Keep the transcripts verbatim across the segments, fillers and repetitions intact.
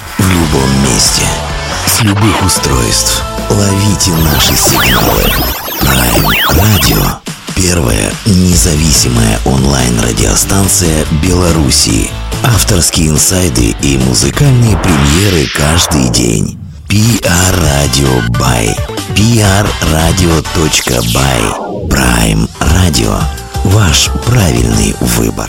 в любом месте, с любых устройств. Ловите наши сигналы. Prime Radio. Первая независимая онлайн-радиостанция Беларуси. Авторские инсайды и музыкальные премьеры каждый день. пи ар Radio by пи ар радио точка бай. Prime Radio. Ваш правильный выбор.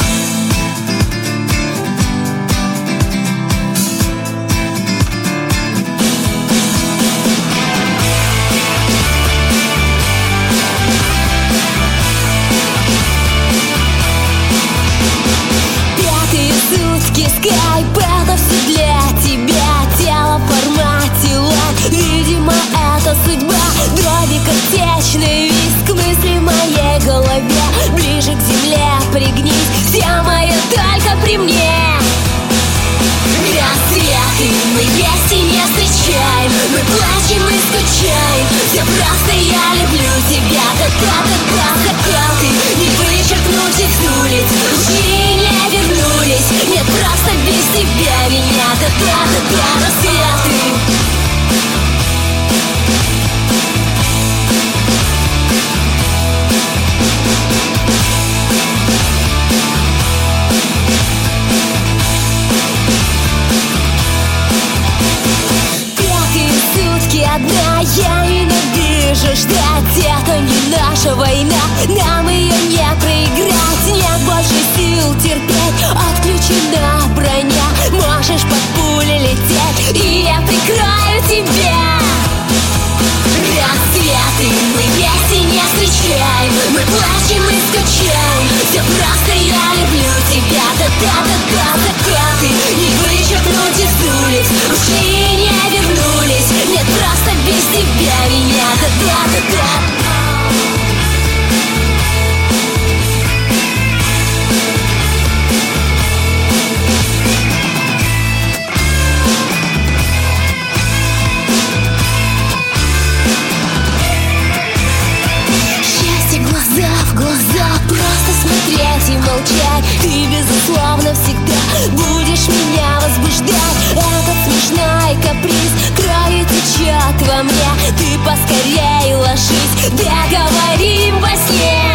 Скайп, это все для тебя. Тело в формате лайк. Видимо, это судьба. Дроби картечный виск. Мысли в моей голове. Ближе к земле пригнись. Все мои только при мне. Рассветы мы вместе не встречаем. Мы плачем и скучаем. Все просто я люблю тебя. Как-как-как-как ты не вычеркнуть из улиц. Ушли не вернулись. Нет, просто без тебя меня. Да-да-да-да, рассветы. Одна я ненавижу ждать. Это не наша война, нам ее не проиграть. Нет больше сил терпеть, отключена броня. Можешь под пули лететь, и я прикрою тебя. Рассветы мы вместе не встречаем. Мы плачем и скучаем. Все просто я люблю тебя. Да-да-да-да, ты не вычеркнуть из улиц. Ушли не вернулись. Нет, просто без тебя меня. Да-да-да-да. Просто смотреть и молчать. Ты, безусловно, всегда будешь меня возбуждать. Этот смешной каприз крови течет во мне. Ты поскорей ложись, договорим во сне.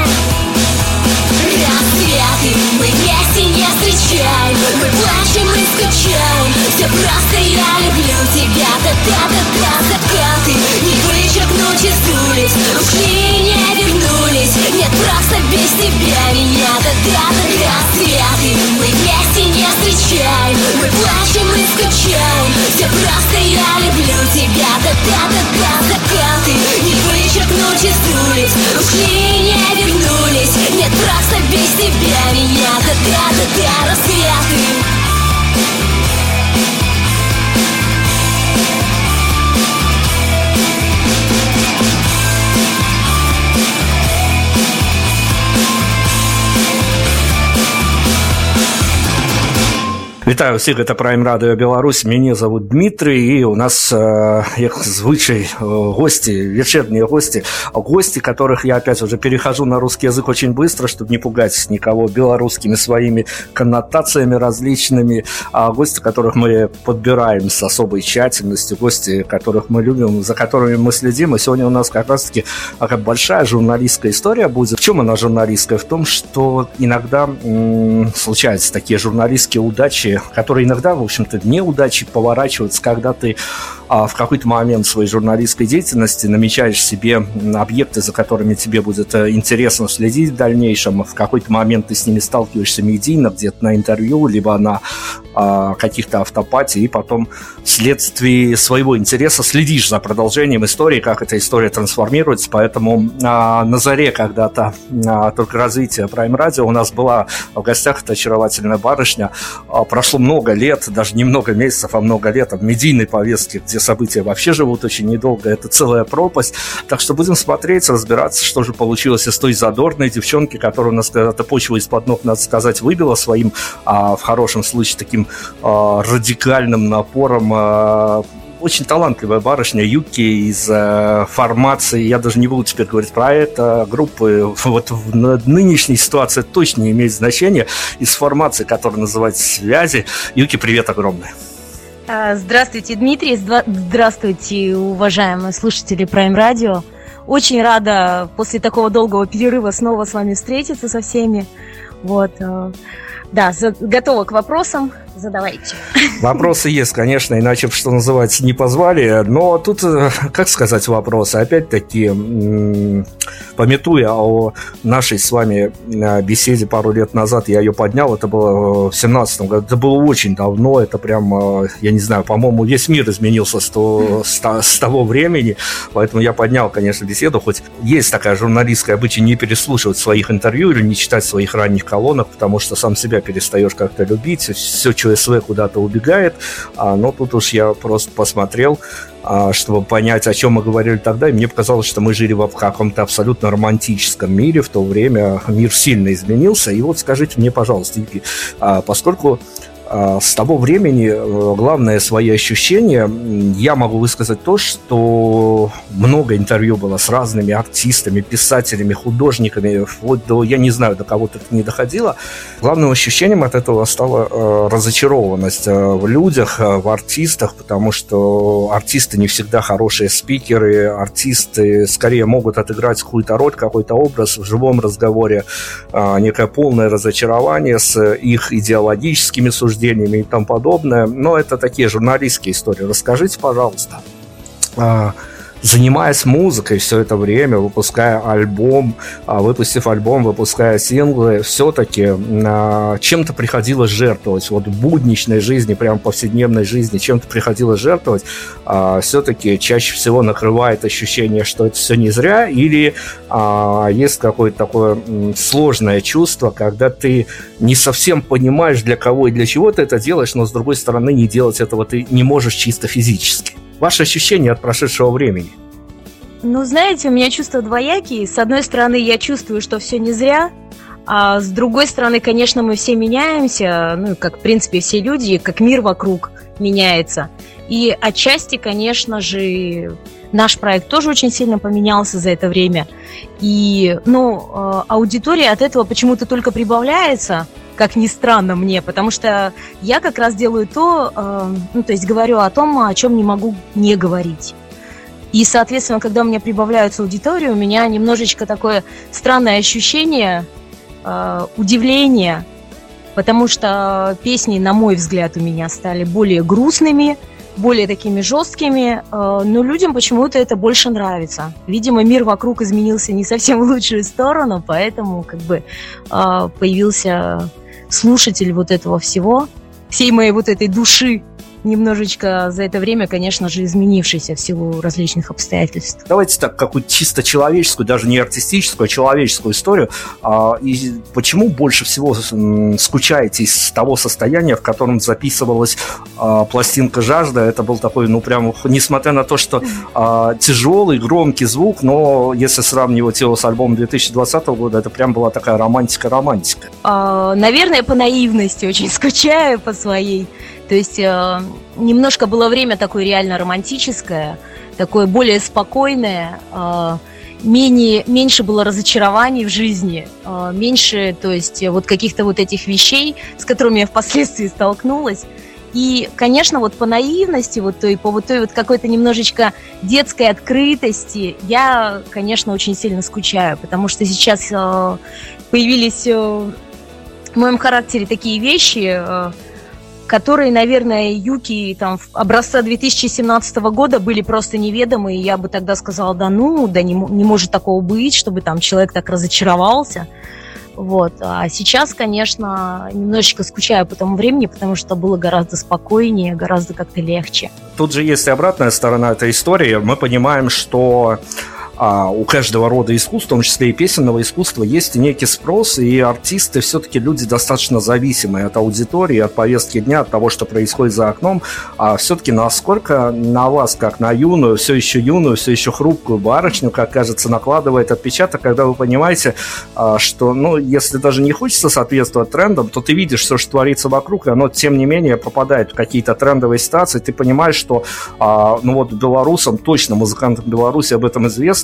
Рассветы мы вместе не встречаем. Мы плачем и скучаем. Все просто я люблю тебя. Да-да-да-да, закаты не вычеркнуть из улиц. Ушли не вернулись. Нет, просто без тебя меня. Да-да-да, рассветы мы вместе не встречаем. Мы плачем и скучаем. Все просто я люблю тебя. Да-да-да-да, закаты не вычеркнуть из улиц. Ушли не вернулись. Нет, просто без тебя меня. Да-да-да-да, рассветы. Вітаю всіх, це Prime Radio Беларусь, мене зовут Дмитрий, и у нас, як звичай, гости, вечерние гости, гости, которых я опять уже перехожу на русский язык очень быстро, чтобы не пугать никого белорусскими своими коннотациями различными, а гости, которых мы подбираем с особой тщательностью, гости, которых мы любим, за которыми мы следим, и сегодня у нас как раз-таки такая большая журналистская история будет. В чем она журналистская? В том, что иногда м- случаются такие журналистские удачи, которые иногда, в общем-то, неудачи поворачиваются, когда ты а, в какой-то момент своей журналистской деятельности намечаешь себе объекты, за которыми тебе будет интересно следить в дальнейшем. В какой-то момент ты с ними сталкиваешься медийно, где-то на интервью, либо на а, каких-то автопатиях, и потом вследствие своего интереса следишь за продолжением истории, как эта история трансформируется. Поэтому а, на заре когда-то а, только развития Prime Radio у нас была в гостях эта очаровательная барышня. А, прошло много лет, даже не много месяцев, а много лет в медийной повестке, где события вообще живут очень недолго. Это целая пропасть. Так что будем смотреть, разбираться, что же получилось из той задорной девчонки, которую у нас когда-то почву из-под ног, надо сказать, выбила своим, а, в хорошем случае, таким а, радикальным напором. А, очень талантливая барышня Юки из э, формации, я даже не буду теперь говорить про это, группы, вот в нынешней ситуации точно не имеет значения, из формации, которая называется «Связи». Юки, привет огромное. Здравствуйте, Дмитрий. Здравствуйте, уважаемые слушатели Prime Radio. Очень рада после такого долгого перерыва снова с вами встретиться со всеми. Вот. Да, за, готова к вопросам. Задавайте. Вопросы есть, конечно, иначе, что называется, не позвали. Но тут, как сказать, вопросы. Опять-таки, памятуя о нашей с вами беседе пару лет назад, я ее поднял, это было в семнадцатом году. Это было очень давно, это прям, я не знаю, по-моему, весь мир изменился с, то, с, с того времени. Поэтому я поднял, конечно, беседу. Хоть есть такая журналистская обычай не переслушивать своих интервью или не читать своих ранних колонок, потому что сам себя перестаешь как-то любить. Все, что СВ куда-то убегает, а, но тут уж я просто посмотрел, а, чтобы понять, о чем мы говорили тогда, и мне показалось, что мы жили в каком-то абсолютно романтическом мире в то время, мир сильно изменился, и вот скажите мне, пожалуйста, Игорь, а, поскольку с того времени главное свои ощущения я могу высказать то, что много интервью было с разными артистами, писателями, художниками, вот до, я не знаю, до кого-то это не доходило. Главным ощущением от этого стала разочарованность в людях, в артистах, потому что артисты не всегда хорошие спикеры, артисты скорее могут отыграть какую-то роль, какой-то образ в живом разговоре, некое полное разочарование с их идеологическими суждениями и тому подобное, но это такие журналистские истории. Расскажите, пожалуйста, занимаясь музыкой все это время, выпуская альбом, выпустив альбом, выпуская синглы, все-таки чем-то приходилось жертвовать, вот в будничной жизни, прям в повседневной жизни, чем-то приходилось жертвовать, все-таки чаще всего накрывает ощущение, что это все не зря, или есть какое-то такое сложное чувство, когда ты не совсем понимаешь, для кого и для чего ты это делаешь, но с другой стороны не делать этого ты не можешь чисто физически. Ваши ощущения от прошедшего времени? Ну, знаете, у меня чувства двоякие. С одной стороны, я чувствую, что все не зря, а с другой стороны, конечно, мы все меняемся, ну, как, в принципе, все люди, как мир вокруг меняется. И отчасти, конечно же, наш проект тоже очень сильно поменялся за это время. И, ну, аудитория от этого почему-то только прибавляется, как ни странно мне, потому что я как раз делаю то, э, ну, то есть говорю о том, о чем не могу не говорить. И, соответственно, когда у меня прибавляется аудитория, у меня немножечко такое странное ощущение, э, удивления, потому что песни, на мой взгляд, у меня стали более грустными, более такими жесткими, э, но людям почему-то это больше нравится. Видимо, мир вокруг изменился не совсем в лучшую сторону, поэтому как бы э, появился слушатель вот этого всего, всей моей вот этой души, немножечко за это время, конечно же, изменившийся в силу различных обстоятельств. Давайте так, какую-то чисто человеческую, даже не артистическую, а человеческую историю. И почему больше всего скучаете из того состояния, в котором записывалась пластинка «Жажда»? Это был такой, ну, прям, несмотря на то, что тяжелый, громкий звук, но если сравнивать его с альбомом две тысячи двадцатого года, это прям была такая романтика-романтика. Наверное, по наивности очень скучаю, по своей. То есть э, немножко было время такое реально романтическое, такое более спокойное, э, менее, меньше было разочарований в жизни, э, меньше, то есть вот каких-то вот этих вещей, с которыми я впоследствии столкнулась. И, конечно, вот по наивности, вот той, по вот той вот какой-то немножечко детской открытости я, конечно, очень сильно скучаю, потому что сейчас э, появились э, в моем характере такие вещи, э, которые, наверное, Юки там, образца две тысячи семнадцатого года были просто неведомы, и я бы тогда сказала, да ну, да не, не может такого быть, чтобы там человек так разочаровался. Вот. А сейчас, конечно, немножечко скучаю по тому времени, потому что было гораздо спокойнее, гораздо как-то легче. Тут же есть и обратная сторона этой истории. Мы понимаем, что а у каждого рода искусства, в том числе и песенного искусства, есть некий спрос, и артисты все-таки люди достаточно зависимые от аудитории, от повестки дня, от того, что происходит за окном. А все-таки насколько на вас, как на юную, все еще юную, все еще хрупкую барышню, как кажется, накладывает отпечаток, когда вы понимаете, что, ну, если даже не хочется соответствовать трендам, то ты видишь все, что творится вокруг, и оно, тем не менее, попадает в какие-то трендовые ситуации, ты понимаешь, что, ну вот, белорусам, точно музыкантам Беларуси об этом известно,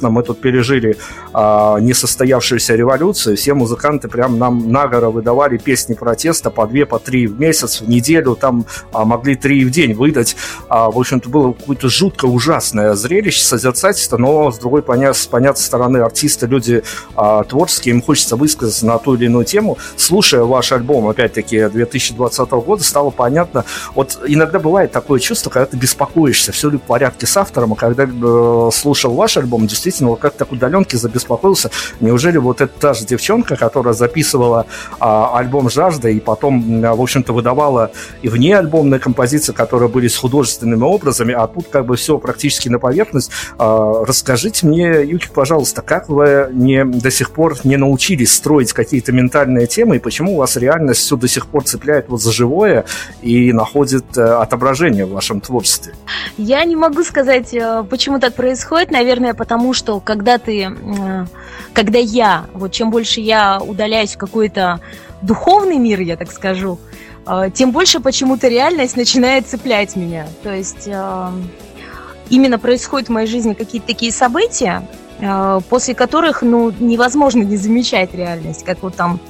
Естественно, мы тут пережили а, несостоявшуюся революцию. Все музыканты прям нам наголо выдавали песни протеста по две, по три в месяц, в неделю. Там а, могли три в день выдать. А, в общем-то, было какое-то жутко ужасное зрелище, созерцательство, но, с другой, поня- с понятной стороны, артисты, люди а, творческие, им хочется высказаться на ту или иную тему. Слушая ваш альбом, опять-таки, две тысячи двадцатого года, стало понятно. Вот иногда бывает такое чувство, когда ты беспокоишься, все ли в порядке с автором, а когда э, слушал ваш альбом, действительно, вот как-то к удаленке забеспокоился. Неужели вот эта та же девчонка, которая записывала э, альбом «Жажда» и потом, э, в общем-то, выдавала и внеальбомные композиции, которые были с художественными образами, а тут как бы все практически на поверхность. Э, расскажите мне, Юки, пожалуйста, как вы не, до сих пор не научились строить какие-то ментальные темы, и почему у вас реальность все до сих пор цепляет вот за живое и находит э, отображение в вашем творчестве? Я не могу сказать, почему так происходит. Наверное, потому что когда ты, когда я, вот чем больше я удаляюсь в какой-то духовный мир, я так скажу, тем больше почему-то реальность начинает цеплять меня. То есть именно происходят в моей жизни какие-то такие события, после которых, ну, невозможно не замечать реальность. Как вот там,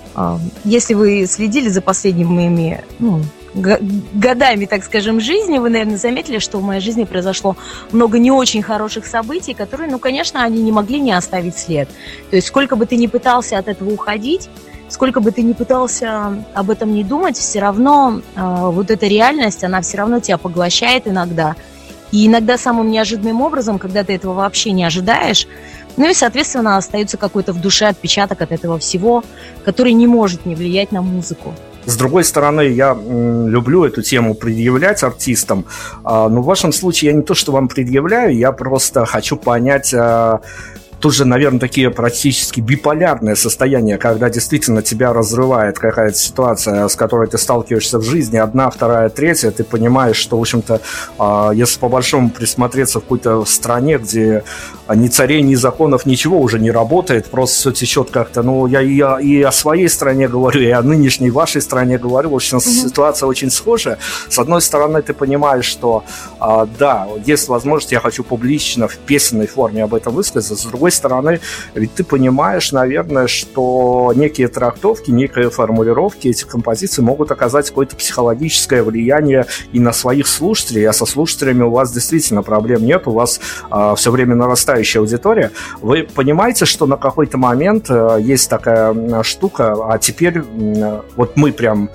если вы следили за последними моими, ну, годами, так скажем, жизни, вы, наверное, заметили, что в моей жизни произошло много не очень хороших событий, которые, ну, конечно, они не могли не оставить след. То есть сколько бы ты ни пытался от этого уходить, сколько бы ты ни пытался об этом не думать, все равно э, вот эта реальность, она все равно тебя поглощает иногда. И иногда самым неожиданным образом, когда ты этого вообще не ожидаешь. Ну и, соответственно, остается какой-то в душе отпечаток от этого всего, который не может не влиять на музыку. С другой стороны, я м, люблю эту тему предъявлять артистам, а, но в вашем случае я не то, что вам предъявляю, я просто хочу понять... А, Тут же, наверное, такие практически биполярные состояния, когда действительно тебя разрывает какая-то ситуация, с которой ты сталкиваешься в жизни, одна, вторая, третья, ты понимаешь, что, в общем-то, если по-большому присмотреться в какой-то стране, где ни царей, ни законов, ничего уже не работает, просто все течет как-то, ну, я и, о, и о своей стране говорю, и о нынешней вашей стране говорю, в общем, mm-hmm. ситуация очень схожая. С одной стороны, ты понимаешь, что, да, есть возможность, я хочу публично в песенной форме об этом высказаться, с другой стороны, ведь ты понимаешь, наверное, что некие трактовки, некие формулировки этих композиций могут оказать какое-то психологическое влияние и на своих слушателей, а со слушателями у вас действительно проблем нет, у вас а, все время нарастающая аудитория. Вы понимаете, что на какой-то момент а, есть такая штука, а теперь а, вот мы прям...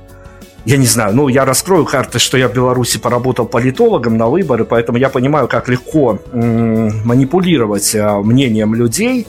Я не знаю, ну, я раскрою карты, что я в Беларуси поработал политологом на выборы, поэтому я понимаю, как легко м- манипулировать а, мнением людей,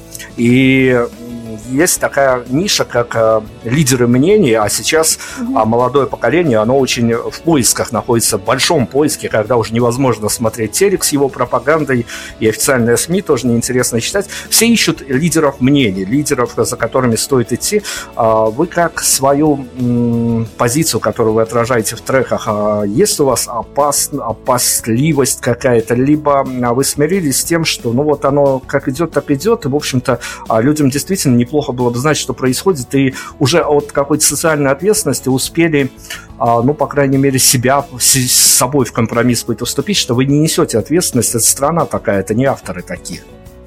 и есть такая ниша, как а, лидеры мнений, а сейчас mm-hmm. а, молодое поколение, оно очень в поисках находится, в большом поиске, когда уже невозможно смотреть телек с его пропагандой, и официальные СМИ тоже неинтересно читать. Все ищут лидеров мнений, лидеров, за которыми стоит идти. А, вы как свою м- позицию, которую вы отражаете в треках, а, есть у вас опас... опасливость какая-то, либо вы смирились с тем, что ну вот оно как идет, так идет, и, в общем-то, людям действительно неплохо было бы знать, что происходит, и уже от какой-то социальной ответственности успели, ну, по крайней мере, себя с собой в компромисс какой-то вступить, что вы не несете ответственность, это страна такая, это не авторы такие.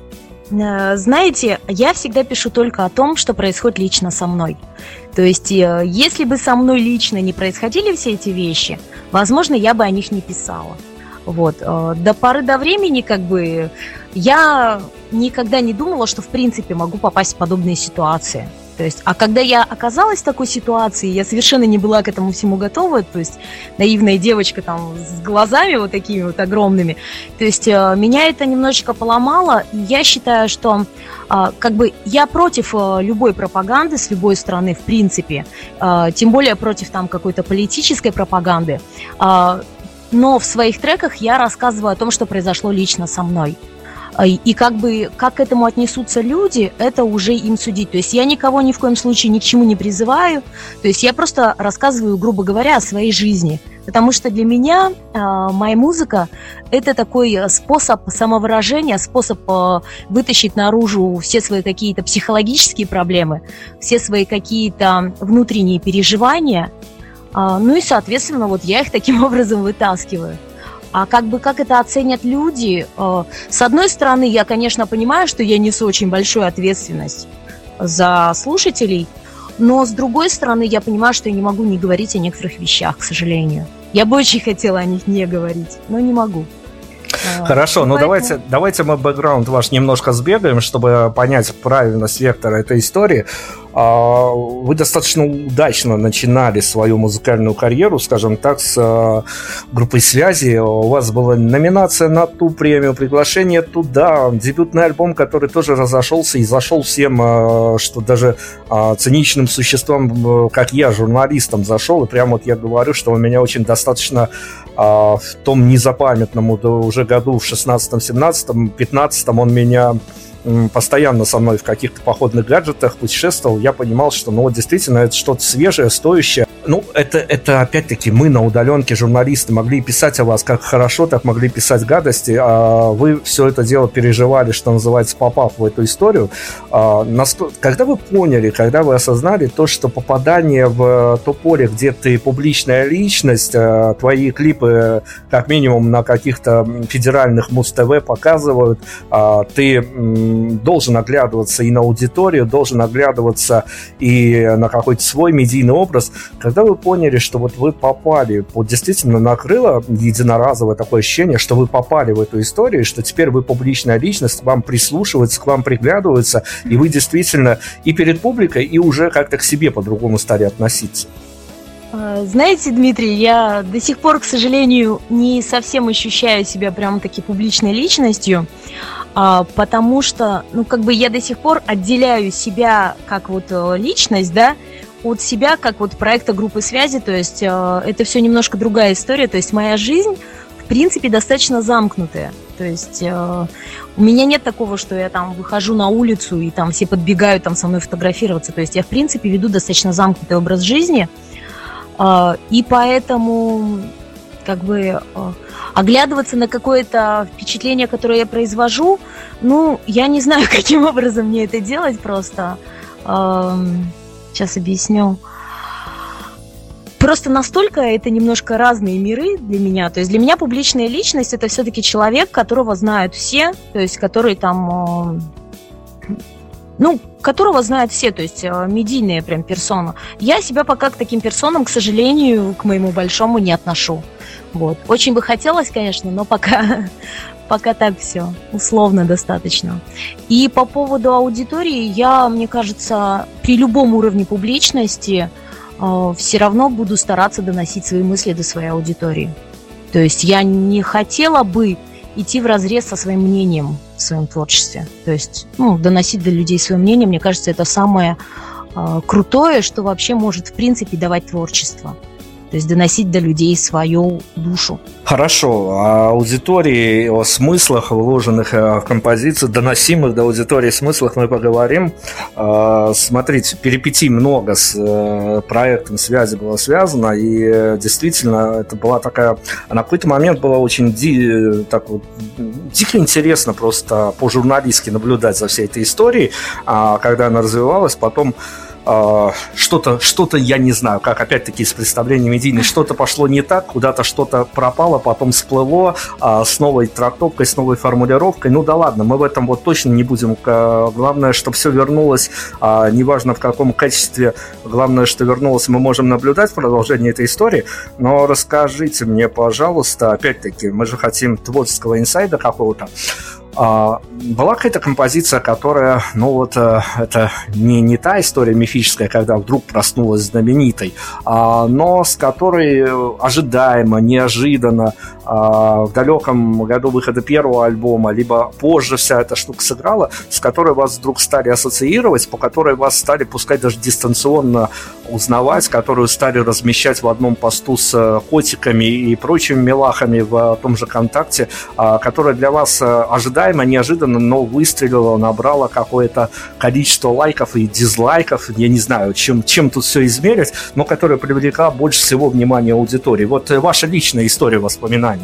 Знаете, я всегда пишу только о том, что происходит лично со мной. То есть, если бы со мной лично не происходили все эти вещи, возможно, я бы о них не писала. Вот. До поры до времени, как бы, я никогда не думала, что, в принципе, могу попасть в подобные ситуации. То есть, а когда я оказалась в такой ситуации, я совершенно не была к этому всему готова, то есть наивная девочка там с глазами вот такими вот огромными, то есть меня это немножечко поломало, и я считаю, что как бы я против любой пропаганды с любой стороны, в принципе, тем более против там какой-то политической пропаганды, но в своих треках я рассказываю о том, что произошло лично со мной. И как бы, как к этому отнесутся люди, это уже им судить. То есть я никого ни в коем случае ни к чему не призываю. То есть я просто рассказываю, грубо говоря, о своей жизни. Потому что для меня э, моя музыка – это такой способ самовыражения, способ э, вытащить наружу все свои какие-то психологические проблемы, все свои какие-то внутренние переживания. Э, ну и, соответственно, вот я их таким образом вытаскиваю. А как бы как это оценят люди? С одной стороны, я, конечно, понимаю, что я несу очень большую ответственность за слушателей, но с другой стороны, я понимаю, что я не могу не говорить о некоторых вещах, к сожалению. Я бы очень хотела о них не говорить, но не могу. Хорошо, ну поэтому... давайте, давайте мы бэкграунд ваш немножко сбегаем, чтобы понять правильность вектора этой истории. Вы достаточно удачно начинали свою музыкальную карьеру, скажем так, с группой «Связи». У вас была номинация на ту премию, приглашение туда, дебютный альбом, который тоже разошелся и зашел всем, что даже циничным существам, как я, журналистам, зашел. И прямо вот я говорю, что у меня очень достаточно в том незапамятном уже году, в шестнадцатом, семнадцатом, пятнадцатом он меня... постоянно со мной в каких-то походных гаджетах путешествовал, я понимал, что ну вот действительно это что-то свежее, стоящее. Ну, это, это опять-таки мы на удаленке, журналисты, могли писать о вас как хорошо, так могли писать гадости, а вы все это дело переживали, что называется, попав в эту историю. А, насто... Когда вы поняли, когда вы осознали то, что попадание в то поле, где ты публичная личность, твои клипы как минимум на каких-то федеральных Муз-ТВ показывают, ты должен оглядываться и на аудиторию, должен оглядываться и на какой-то свой медийный образ. Когда вы поняли, что вот вы попали, вот действительно накрыло единоразовое такое ощущение, что вы попали в эту историю, что теперь вы публичная личность, к вам прислушиваются, к вам приглядываются, и вы действительно и перед публикой, и уже как-то к себе по-другому стали относиться? Знаете, Дмитрий, я до сих пор, к сожалению, не совсем ощущаю себя прям-таки публичной личностью, потому что, ну, как бы я до сих пор отделяю себя как вот личность, да, от себя как вот проекта группы «Связи», то есть это все немножко другая история, то есть моя жизнь, в принципе, достаточно замкнутая, то есть у меня нет такого, что я там выхожу на улицу и там все подбегают там со мной фотографироваться, то есть я, в принципе, веду достаточно замкнутый образ жизни, и поэтому как бы оглядываться на какое-то впечатление, которое я произвожу, ну, я не знаю, каким образом мне это делать просто. Сейчас объясню. Просто настолько это немножко разные миры для меня. То есть для меня публичная личность – это все-таки человек, которого знают все, то есть который там… Ну, которого знают все, то есть медийная прям персона. Я себя пока к таким персонам, к сожалению, к моему большому не отношу. Вот. Очень бы хотелось, конечно, но пока, пока так все, условно достаточно. И по поводу аудитории, я, мне кажется, при любом уровне публичности э, все равно буду стараться доносить свои мысли до своей аудитории. То есть я не хотела бы идти вразрез со своим мнением в своем творчестве. То есть, ну, доносить до людей свое мнение, мне кажется, это самое э, крутое, что вообще может, в принципе, давать творчество. То есть доносить до людей свою душу. Хорошо. О аудитории, о смыслах, вложенных в композицию, доносимых до аудитории смыслах мы поговорим. Смотрите, перипетий много с проектом «Связи» было связано, и действительно это была такая... На какой-то момент было очень ди... так вот, дико интересно просто по-журналистски наблюдать за всей этой историей, когда она развивалась, потом что-то, что-то, я не знаю, как опять-таки из представления медийной, что-то пошло не так, куда-то что-то пропало, потом всплыло а, с новой трактовкой, с новой формулировкой. Ну да ладно, мы в этом вот точно не будем. Главное, чтобы все вернулось, а, неважно в каком качестве, главное, что вернулось, мы можем наблюдать продолжение этой истории. Но расскажите мне, пожалуйста, опять-таки, мы же хотим творческого инсайда какого-то. Была какая-то композиция, которая, ну вот, это не, не та история мифическая, когда вдруг проснулась знаменитой, но с которой ожидаемо, неожиданно, в далеком году выхода первого альбома, либо позже вся эта штука сыграла, с которой вас вдруг стали ассоциировать, по которой вас стали, пускай даже дистанционно узнавать, которую стали размещать в одном посту с котиками и прочими милахами в том же ВКонтакте, которая для вас ожидаемо, неожиданно, но выстрелила, набрала какое-то количество лайков и дизлайков, я не знаю, чем, чем тут все измерить, но которая привлекла больше всего внимания аудитории. Вот ваша личная история воспоминаний.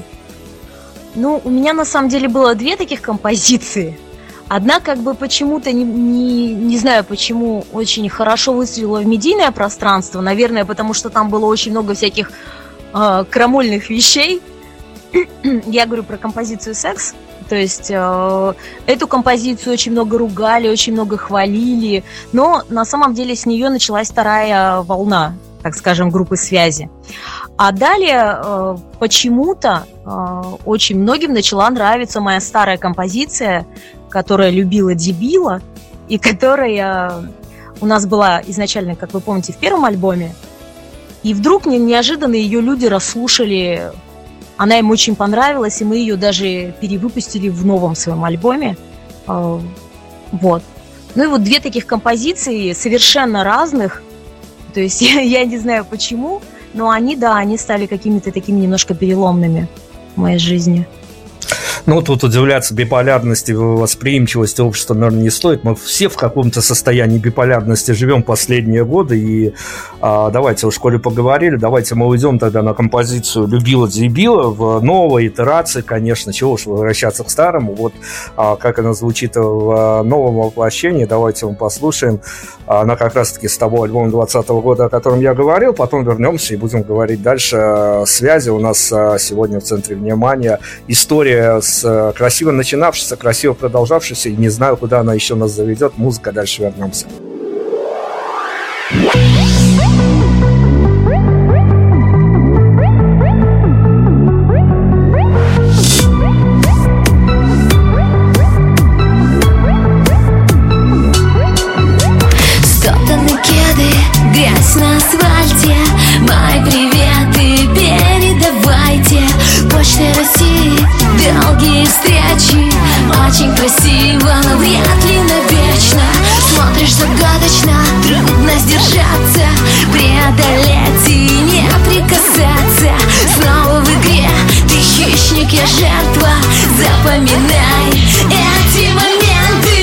Ну, у меня на самом деле было две таких композиции. Одна как бы почему-то, не, не, не знаю почему, очень хорошо выстрелила в медийное пространство, наверное, потому что там было очень много всяких э, крамольных вещей. я говорю про композицию «Секс». То есть э, эту композицию очень много ругали, очень много хвалили, но на самом деле с нее началась вторая волна, так скажем, группы «Связи». А далее э, почему-то э, очень многим начала нравиться моя старая композиция, которая «Любила дебила», и которая у нас была изначально, как вы помните, в первом альбоме. И вдруг неожиданно ее люди расслушали, она им очень понравилась, и мы ее даже перевыпустили в новом своем альбоме. Э, вот. Ну и вот две таких композиции совершенно разных. То есть я, я не знаю почему, но они, да, они стали какими-то такими немножко переломными в моей жизни. Ну, тут удивляться биполярности, восприимчивости общества, наверное, не стоит. Мы все в каком-то состоянии биполярности живем последние годы. И а, давайте, уж коли поговорили, давайте мы уйдем тогда на композицию «Любила дебила» в новой итерации, конечно. Чего уж возвращаться к старому. Вот а, как она звучит в новом воплощении. Давайте мы послушаем. Она как раз-таки с того альбома двадцатого года, о котором я говорил. Потом вернемся и будем говорить дальше. Связи у нас сегодня в центре внимания. История с красиво начинавшейся, красиво продолжавшейся, и не знаю, куда она еще нас заведет. Музыка, дальше вернемся. Стоптаны кеды, грязь на асфальте. Мои приветы передавайте. Почта России, долгие встречи. Очень красиво, но вряд ли навечно. Смотришь загадочно, трудно сдержаться, преодолеть и не прикасаться. Снова в игре, ты хищник, я жертва. Запоминай эти моменты.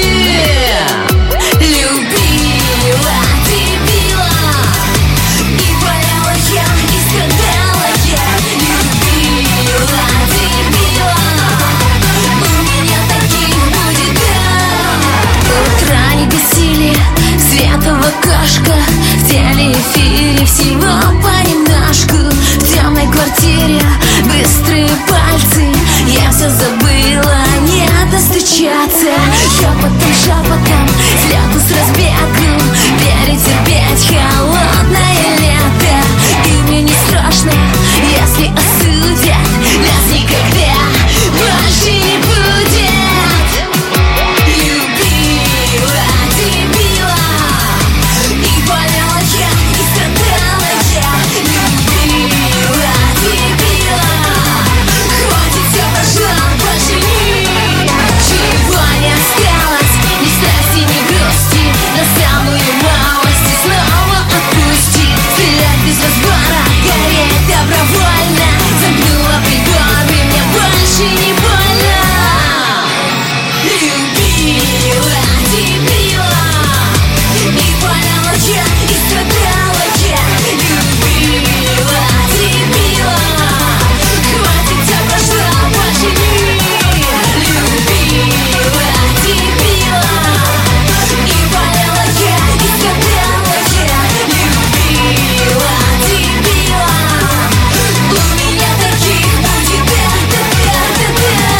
Любила, дебила, и болела я, и страдала я. Любила, дебила, у меня таких будет, да. Утра не гасили свет в окошко, в телеэфире всего понемножку. В темной квартире быстрые пальцы, я все забыла, не достучаться. Шепотом, шепотом, взлету с разбегу, перетерпеть холодное лето. И мне не страшно, если осудят, нас никогда больше не будет. Любила, дебила, и болела я, и страдала я. Любила, дебила, хватит, все прошло, больше ничего не осталось. Ни страсти, ни грусти, на самую малость и снова отпусти. Стрелять без разбора, гореть добровольно. Замкнула прибор, и мне больше не больно. Любила, дебила, и болела я, и страдала я. Любила, дебила, хватит, все прошло, больше не. Любила, дебила, и болела я, и страдала я. Любила, дебила, у меня таких будет, да-да-да-да-да.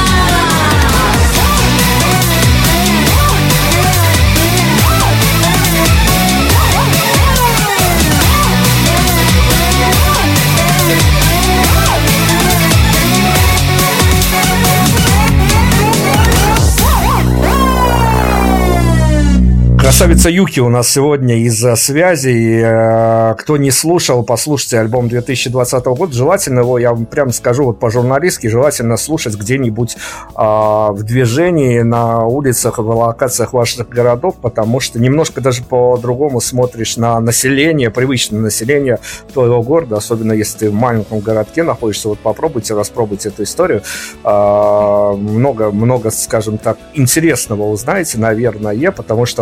Красавица Юки у нас сегодня из-за связи. И, э, кто не слушал, послушайте альбом две тысячи двадцатого года. Желательно его, я вам прямо скажу, вот по-журналистски, желательно слушать где-нибудь э, в движении, на улицах, в локациях ваших городов, потому что немножко даже по-другому смотришь на население, привычное население твоего города, особенно если ты в маленьком городке находишься. Вот попробуйте, распробуйте эту историю. Э, много, много, скажем так, интересного узнаете, наверное, потому что альбом очень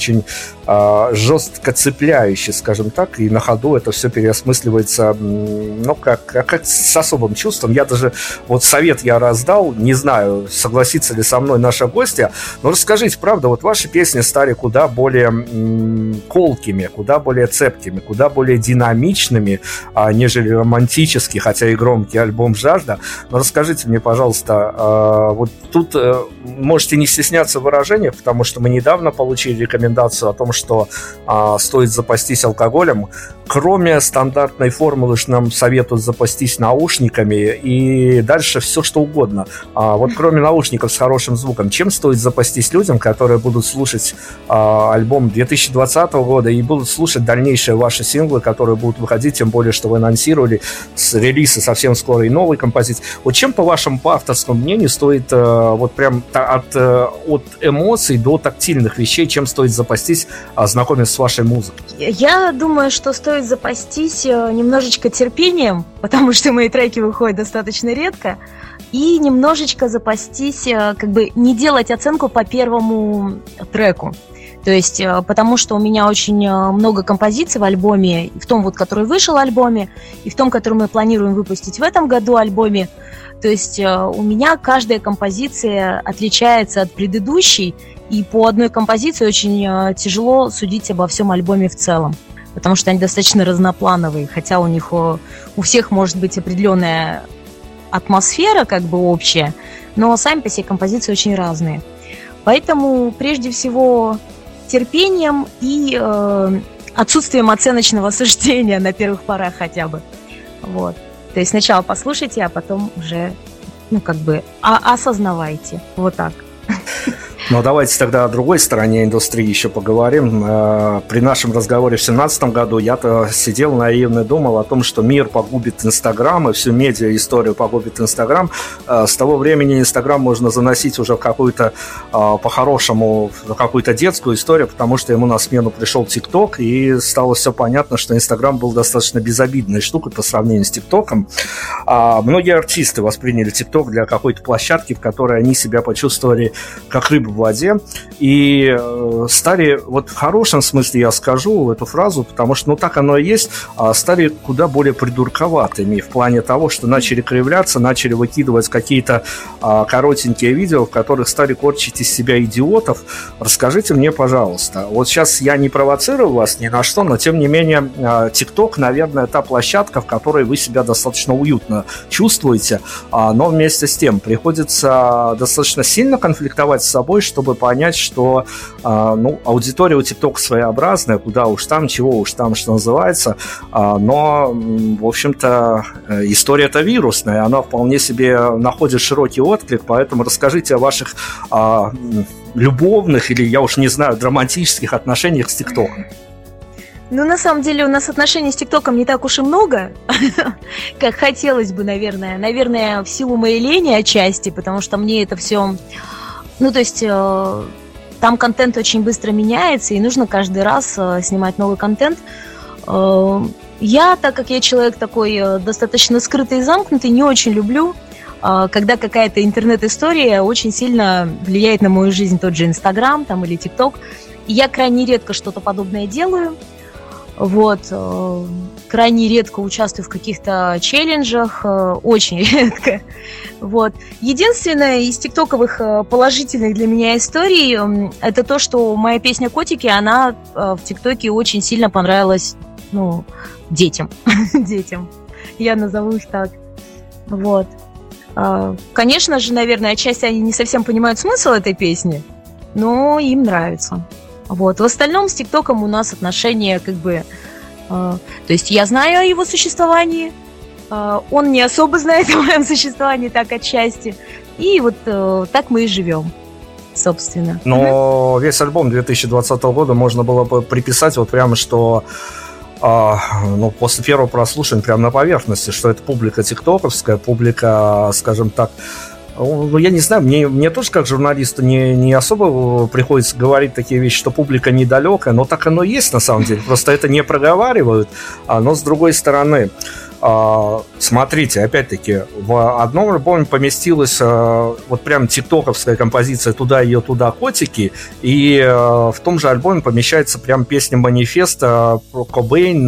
очень э, жестко цепляющий, скажем так, и на ходу это все переосмысливается, ну, как, как с особым чувством. Я даже, вот совет я раздал, не знаю, согласится ли со мной наша гостья, но расскажите, правда, вот ваши песни стали куда более м, колкими, куда более цепкими, куда более динамичными, а, нежели романтический, хотя и громкий альбом «Жажда». Но расскажите мне, пожалуйста, э, вот тут э, можете не стесняться в выражениях, потому что мы недавно получили рекомендацию о том, что э, стоит запастись алкоголем. Кроме стандартной формулы, что нам советуют запастись наушниками, и дальше все что угодно. А вот кроме наушников с хорошим звуком, чем стоит запастись людям, которые будут слушать а, альбом две тысячи двадцатого года и будут слушать дальнейшие ваши синглы, которые будут выходить, тем более, что вы анонсировали с релиза совсем скоро и новый композиции. Вот чем, по вашему по авторскому мнению, стоит а, вот прям от, от эмоций до тактильных вещей, чем стоит запастись, а, знакомясь с вашей музыкой? Я думаю, что стоит запастись немножечко терпением, потому что мои треки выходят достаточно редко, и немножечко запастись, как бы не делать оценку по первому треку. То есть, потому что у меня очень много композиций в альбоме, и в том, вот, который вышел в альбоме, и в том, который мы планируем выпустить в этом году альбоме. То есть у меня каждая композиция отличается от предыдущей, и по одной композиции очень тяжело судить обо всем альбоме в целом, потому что они достаточно разноплановые, хотя у них у всех может быть определенная атмосфера, как бы общая, но сами по себе композиции очень разные. Поэтому прежде всего терпением и э, отсутствием оценочного суждения на первых порах хотя бы. Вот. То есть сначала послушайте, а потом уже, ну, как бы, а- осознавайте. Вот так. Но давайте тогда о другой стороне индустрии еще поговорим. При нашем разговоре в две тысячи семнадцатом году я-то сидел наивно и думал о том, что мир погубит Инстаграм, и всю медиа-историю погубит Инстаграм. С того времени Инстаграм можно заносить уже в какую-то, по-хорошему, в какую-то детскую историю, потому что ему на смену пришел ТикТок, и стало все понятно, что Инстаграм был достаточно безобидной штукой по сравнению с ТикТоком. Многие артисты восприняли ТикТок для какой-то площадки, в которой они себя почувствовали как рыбу в воде, и э, стали, вот в хорошем смысле я скажу эту фразу, потому что, ну, так оно и есть, э, стали куда более придурковатыми в плане того, что начали кривляться, начали выкидывать какие-то э, коротенькие видео, в которых стали корчить из себя идиотов. Расскажите мне, пожалуйста, вот сейчас я не провоцирую вас ни на что, но тем не менее э, TikTok, наверное, та площадка, в которой вы себя достаточно уютно чувствуете, э, но вместе с тем приходится достаточно сильно конфликтовать с собой, чтобы понять, что э, ну, аудитория у TikTok своеобразная, куда уж там, чего уж там, что называется, э, но, в общем-то, э, история-то вирусная, она вполне себе находит широкий отклик, поэтому расскажите о ваших э, любовных или, я уж не знаю, драматических отношениях с TikTok. Ну, на самом деле, у нас отношений с ТикТоком не так уж и много, как хотелось бы, наверное. Наверное, в силу моей лени отчасти, потому что мне это все... Ну, то есть э, там контент очень быстро меняется, и нужно каждый раз э, снимать новый контент. Э, я, так как я человек такой э, достаточно скрытый и замкнутый, не очень люблю, э, когда какая-то интернет-история очень сильно влияет на мою жизнь, тот же Инстаграм там, или ТикТок. И я крайне редко что-то подобное делаю. Вот, э, крайне редко участвую в каких-то челленджах, э, очень редко. Вот. Единственное из тиктоковых э, положительных для меня историй э, это то, что моя песня «Котики», она э, в ТикТоке очень сильно понравилась, ну, детям. детям. Я назову их так. Вот. Э, конечно же, наверное, отчасти они не совсем понимают смысл этой песни, но им нравится. Вот. В остальном с ТикТоком у нас отношения как бы... Э, то есть я знаю о его существовании, э, он не особо знает о моем существовании так отчасти. И вот э, так мы и живем, собственно. Но весь альбом две тысячи двадцатого года можно было бы приписать вот прямо, что... Uh, ну, после первого прослушивания прямо на поверхности, что это публика тиктоковская, публика, скажем так, ну, я не знаю, мне, мне тоже как журналисту не, не особо приходится говорить такие вещи, что публика недалекая, но так оно и есть на самом деле, просто это не проговаривают, а, но с другой стороны, Смотрите, опять-таки, в одном альбоме поместилась вот прям тиктоковская композиция «Туда ее, туда котики», и в том же альбоме помещается прям песня «Манифеста» про Кобейн,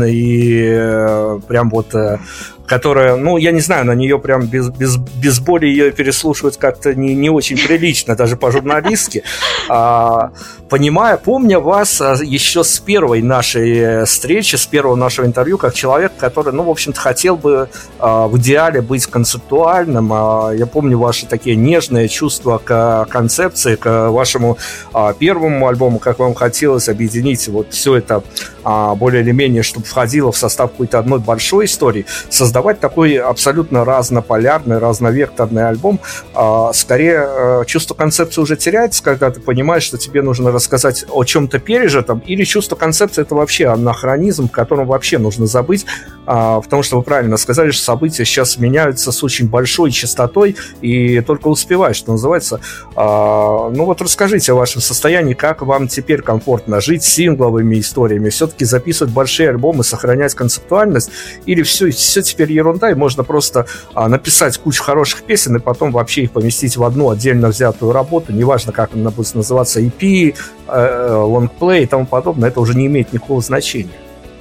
и прям вот... которая, ну, я не знаю, на нее прям без, без, без боли ее переслушивать как-то не, не очень прилично, даже по-журналистски. А, понимая, помня вас еще с первой нашей встречи, с первого нашего интервью, как человек, который, ну, в общем-то, хотел бы а, в идеале быть концептуальным. А, я помню ваши такие нежные чувства к концепции, к вашему а, первому альбому, как вам хотелось объединить вот все это а, более или менее, чтобы входило в состав какой-то одной большой истории, создавать Создавать такой абсолютно разнополярный, разновекторный альбом, а, скорее а, чувство концепции уже теряется, когда ты понимаешь, что тебе нужно рассказать о чем-то пережитом, или чувство концепции — это вообще анахронизм, которым вообще нужно забыть, а, потому что вы правильно сказали, что события сейчас меняются с очень большой частотой, и только успеваешь, что называется. А, ну вот расскажите о вашем состоянии, как вам теперь комфортно жить сингловыми историями, все-таки записывать большие альбомы, сохранять концептуальность, или все, все теперь ерунда, и можно просто а, написать кучу хороших песен и потом вообще их поместить в одну отдельно взятую работу, неважно, как она будет называться, и пи, лонгплей и тому подобное, это уже не имеет никакого значения.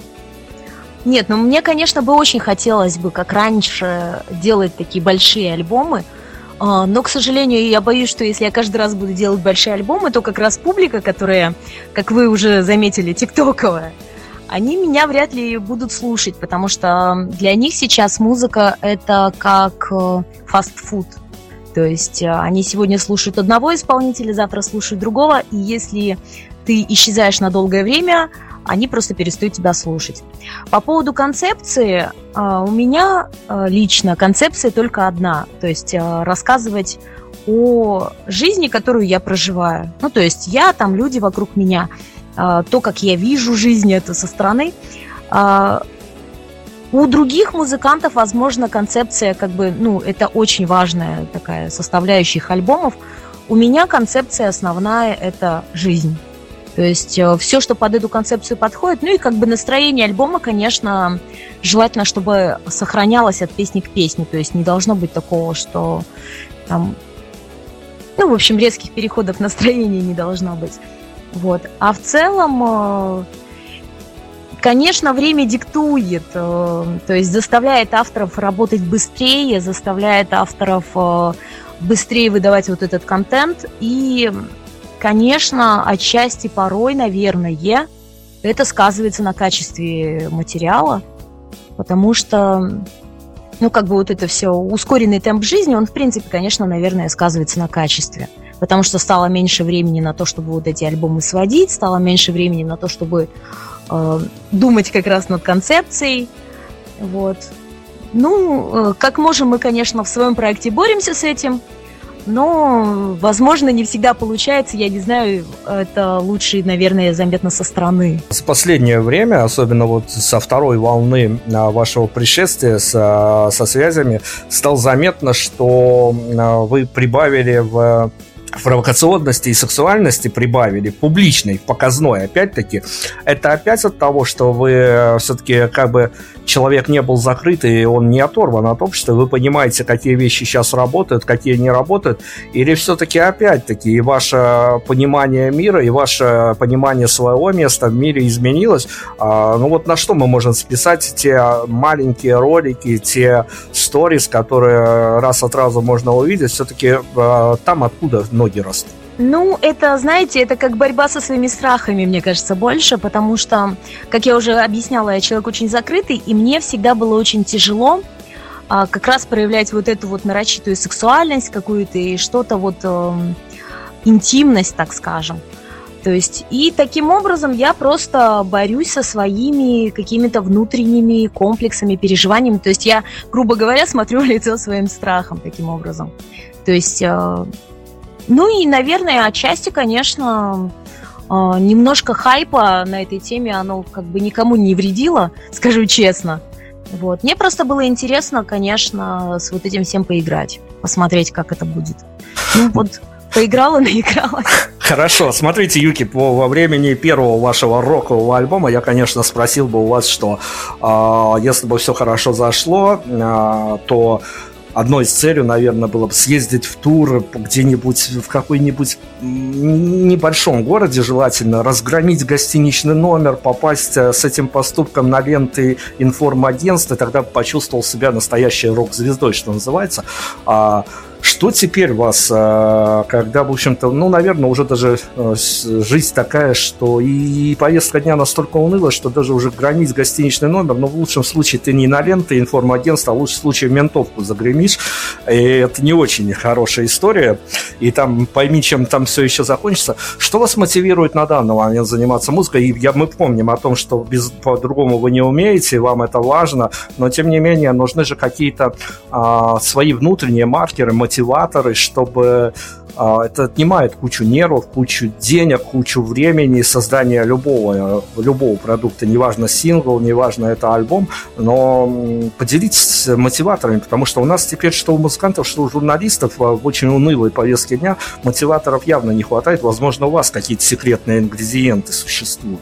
Нет, ну мне, конечно, бы очень хотелось бы, как раньше, делать такие большие альбомы, но, к сожалению, я боюсь, что если я каждый раз буду делать большие альбомы, то как раз публика, которая, как вы уже заметили, тиктоковая, они меня вряд ли будут слушать, потому что для них сейчас музыка — это как фастфуд. То есть они сегодня слушают одного исполнителя, завтра слушают другого, и если ты исчезаешь на долгое время, они просто перестают тебя слушать. По поводу концепции, у меня лично концепция только одна, то есть рассказывать о жизни, которую я проживаю. Ну, то есть я, там люди вокруг меня, то, как я вижу жизнь, это со стороны. У других музыкантов, возможно, концепция, как бы, ну, это очень важная такая составляющая их альбомов. У меня концепция основная — это жизнь. То есть все, что под эту концепцию подходит. Ну и как бы настроение альбома, конечно, желательно, чтобы сохранялось от песни к песне. То есть не должно быть такого, что там, ну, в общем, резких переходов настроения не должно быть. Вот. А в целом, конечно, время диктует, то есть заставляет авторов работать быстрее, заставляет авторов быстрее выдавать вот этот контент. И, конечно, отчасти порой, наверное, это сказывается на качестве материала, потому что, ну, как бы вот это все, ускоренный темп жизни, он, в принципе, конечно, наверное, сказывается на качестве. Потому что стало меньше времени на то, чтобы вот эти альбомы сводить, стало меньше времени на то, чтобы э, думать как раз над концепцией. Вот. Ну, э, как можем, мы, конечно, в своем проекте боремся с этим, но, возможно, не всегда получается. Я не знаю, это лучше, наверное, заметно со стороны. За последнее время, особенно вот со второй волны вашего пришествия со, со связями, стало заметно, что вы прибавили в провокационности и сексуальности, прибавили, публичной, показной, опять-таки. Это опять от того, что вы все-таки как бы человек не был закрыт, и он не оторван от общества, вы понимаете, какие вещи сейчас работают, какие не работают, или все-таки опять-таки и ваше понимание мира, и ваше понимание своего места в мире изменилось? А, ну вот на что мы можем списать те маленькие ролики, те сторис, которые раз от раза можно увидеть, все-таки а, там, откуда ноги растут? Ну, это, знаете, это как борьба со своими страхами, мне кажется, больше, потому что, как я уже объясняла, я человек очень закрытый, и мне всегда было очень тяжело а, как раз проявлять вот эту вот нарочитую сексуальность какую-то и что-то вот э, интимность, так скажем. То есть, и таким образом я просто борюсь со своими какими-то внутренними комплексами, переживаниями. То есть я, грубо говоря, смотрю в лицо своим страхом таким образом. То есть... Э, Ну и, наверное, отчасти, конечно, немножко хайпа на этой теме, оно как бы никому не вредило, скажу честно. Вот. Мне просто было интересно, конечно, с вот этим всем поиграть, посмотреть, как это будет. Ну вот, поиграла, наигралась. Хорошо, смотрите, Юки, по, во времени первого вашего рокового альбома я, конечно, спросил бы у вас, что э, если бы все хорошо зашло, э, то одной из целей, наверное, было бы съездить в тур где-нибудь в какой-нибудь небольшом городе, желательно разгромить гостиничный номер, попасть с этим поступком на ленты информагентства, тогда почувствовал себя настоящей рок-звездой, что называется. А что теперь вас, когда, в общем-то, ну, наверное, уже даже жизнь такая, что и повестка дня настолько уныла, что даже уже громить гостиничный номер, но в лучшем случае ты не на ленты информагентства, а в лучшем случае в ментовку загремишь, и это не очень хорошая история, и там пойми, чем там все еще закончится. Что вас мотивирует на данный момент заниматься музыкой? И я, мы помним о том, что без, по-другому вы не умеете, вам это важно, но тем не менее нужны же какие-то а, свои внутренние маркеры, мотиваторы, мотиваторы, чтобы а, это отнимает кучу нервов, кучу денег, кучу времени создания любого, любого продукта, неважно сингл, неважно это альбом, но поделитесь мотиваторами, потому что у нас теперь что у музыкантов, что у журналистов в очень унылой повестке дня мотиваторов явно не хватает. Возможно, у вас какие-то секретные ингредиенты существуют.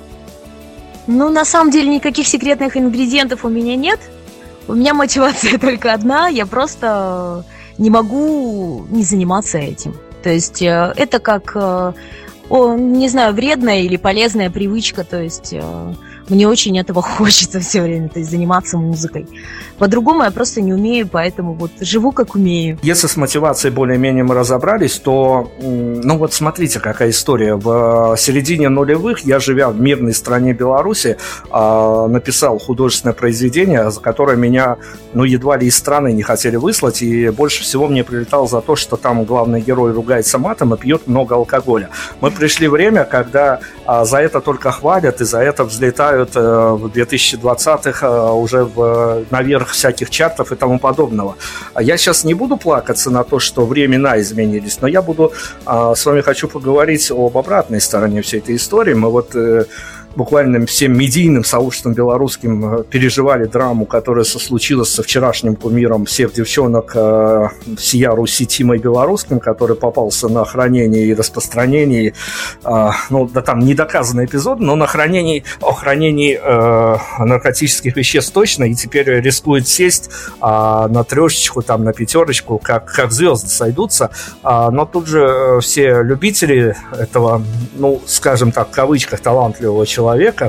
Ну, на самом деле, никаких секретных ингредиентов у меня нет. У меня мотивация только одна, я просто не могу не заниматься этим. То есть э, это как, э, о, не знаю, вредная или полезная привычка. То есть э, мне очень этого хочется все время, то есть заниматься музыкой. По-другому я просто не умею, поэтому вот живу как умею. Если с мотивацией более-менее мы разобрались, то, ну вот смотрите, какая история. В середине нулевых я, живя в мирной стране Беларуси, написал художественное произведение, за которое меня, ну, едва ли из страны не хотели выслать, и больше всего мне прилетало за то, что там главный герой ругается матом и пьет много алкоголя. Мы пришли в время, когда за это только хвалят, и за это взлетают в две тысячи двадцатых уже в, наверх всяких чартов и тому подобного. Я сейчас не буду плакаться на то, что времена изменились, но я буду с вами хочу поговорить об обратной стороне всей этой истории. Мы вот буквально всем медийным сообществом белорусским переживали драму, которая случилась со вчерашним кумиром всех девчонок э, всея Руси Тимой Белорусским, который попался на хранение и распространение, э, ну, да там не доказанный эпизод, но на хранении, о хранении э, наркотических веществ точно, и теперь рискует сесть э, на трешечку, там, на пятерочку, как, как звезды сойдутся. Э, но тут же э, все любители этого, ну, скажем так, в кавычках, талантливого человека, человека,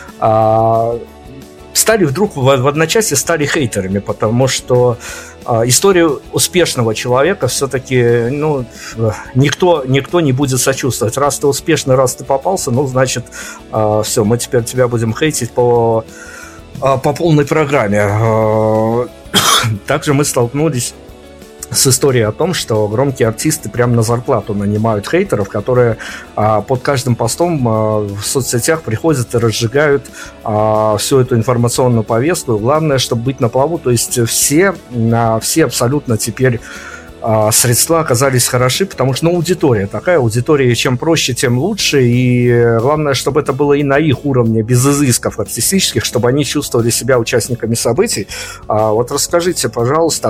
а, стали вдруг в, в одночасье стали хейтерами, потому что а, историю успешного человека все-таки, ну, никто, никто не будет сочувствовать. Раз ты успешный, раз ты попался, ну, значит, а, все, мы теперь тебя будем хейтить по, а, по полной программе. А, также мы столкнулись с историей о том, что громкие артисты прямо на зарплату нанимают хейтеров, которые а, под каждым постом а, в соцсетях приходят и разжигают а, всю эту информационную повестку. Главное, чтобы быть на плаву. То есть все, а, все абсолютно теперь а, средства оказались хороши, потому что, ну, аудитория такая, аудитория чем проще, тем лучше. И главное, чтобы это было и на их уровне, без изысков артистических, чтобы они чувствовали себя участниками событий. А, вот расскажите, пожалуйста,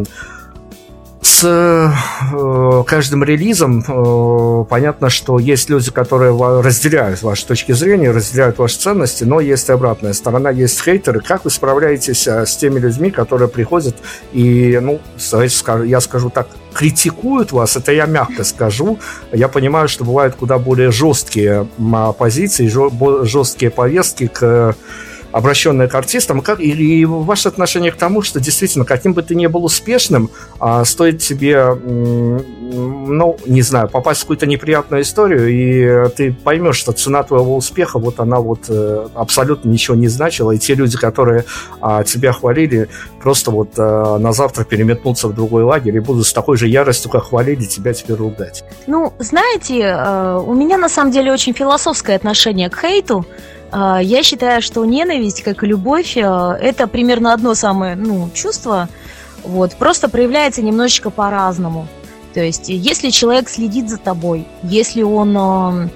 с э, каждым релизом э, понятно, что есть люди, которые разделяют ваши точки зрения, разделяют ваши ценности, но есть и обратная сторона, есть хейтеры. Как вы справляетесь а, с теми людьми, которые приходят и, ну, я скажу так, критикуют вас? Это я мягко скажу. Я понимаю, что бывают куда более жесткие позиции, жесткие повестки к обращенные к артистам, как, или ваше отношение к тому, что действительно, каким бы ты ни был успешным, а, стоит тебе, ну, не знаю, попасть в какую-то неприятную историю, и ты поймешь, что цена твоего успеха, вот она вот абсолютно ничего не значила, и те люди, которые а, тебя хвалили, просто вот а, на завтра переметнутся в другой лагерь и будут с такой же яростью, как хвалили, тебя теперь ругать. Ну, знаете, у меня на самом деле очень философское отношение к хейту. Я считаю, что ненависть, как и любовь, это примерно одно самое, ну, чувство, вот, просто проявляется немножечко по-разному. То есть, если человек следит за тобой, если он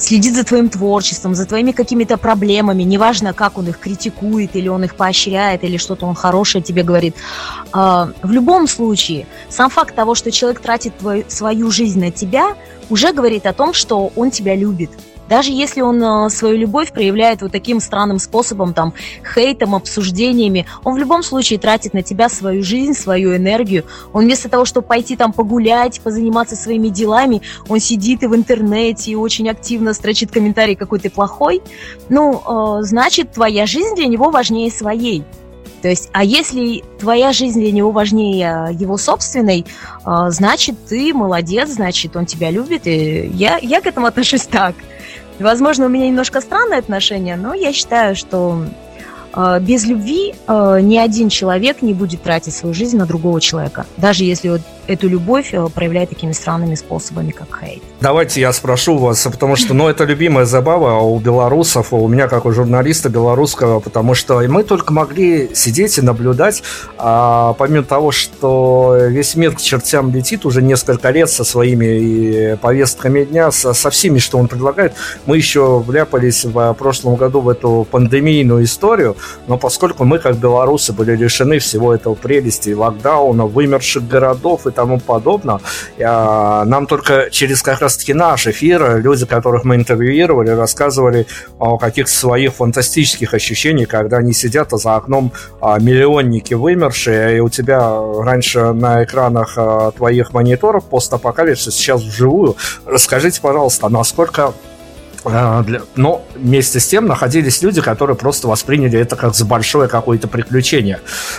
следит за твоим творчеством, за твоими какими-то проблемами, неважно, как он их критикует, или он их поощряет, или что-то он хорошее тебе говорит. В любом случае, сам факт того, что человек тратит твою, свою жизнь на тебя, уже говорит о том, что он тебя любит. Даже если он свою любовь проявляет вот таким странным способом, там, хейтом, обсуждениями, он в любом случае тратит на тебя свою жизнь, свою энергию. Он вместо того, чтобы пойти там погулять, позаниматься своими делами, он сидит и в интернете, и очень активно строчит комментарий, какой ты плохой. Ну, э, значит, твоя жизнь для него важнее своей. То есть, а если твоя жизнь для него важнее его собственной, э, значит, ты молодец, значит, он тебя любит, и я, я к этому отношусь так. Возможно, у меня немножко странное отношение, но я считаю, что э, без любви э, ни один человек не будет тратить свою жизнь на другого человека, даже если вот эту любовь э, проявляет такими странными способами, как хейт. Давайте я спрошу вас, потому что, ну, это любимая забава у белорусов, у меня как у журналиста белорусского, потому что мы только могли сидеть и наблюдать, а, помимо того, что весь мир к чертям летит уже несколько лет со своими повестками дня, со, со всеми, что он предлагает, мы еще вляпались в прошлом году в эту пандемийную историю, но поскольку мы, как белорусы, были лишены всего этого прелести, локдауна, вымерших городов и тому подобное, а, нам только через как раз таки наш эфир, люди, которых мы интервьюировали, рассказывали о каких-то своих фантастических ощущениях, когда они сидят, а за окном а, миллионники вымершие, и у тебя раньше на экранах а, твоих мониторов постапокалипсис, сейчас вживую. Расскажите, пожалуйста, насколько... Для... Но вместе с тем находились люди, которые просто восприняли это как за большое какое-то приключение.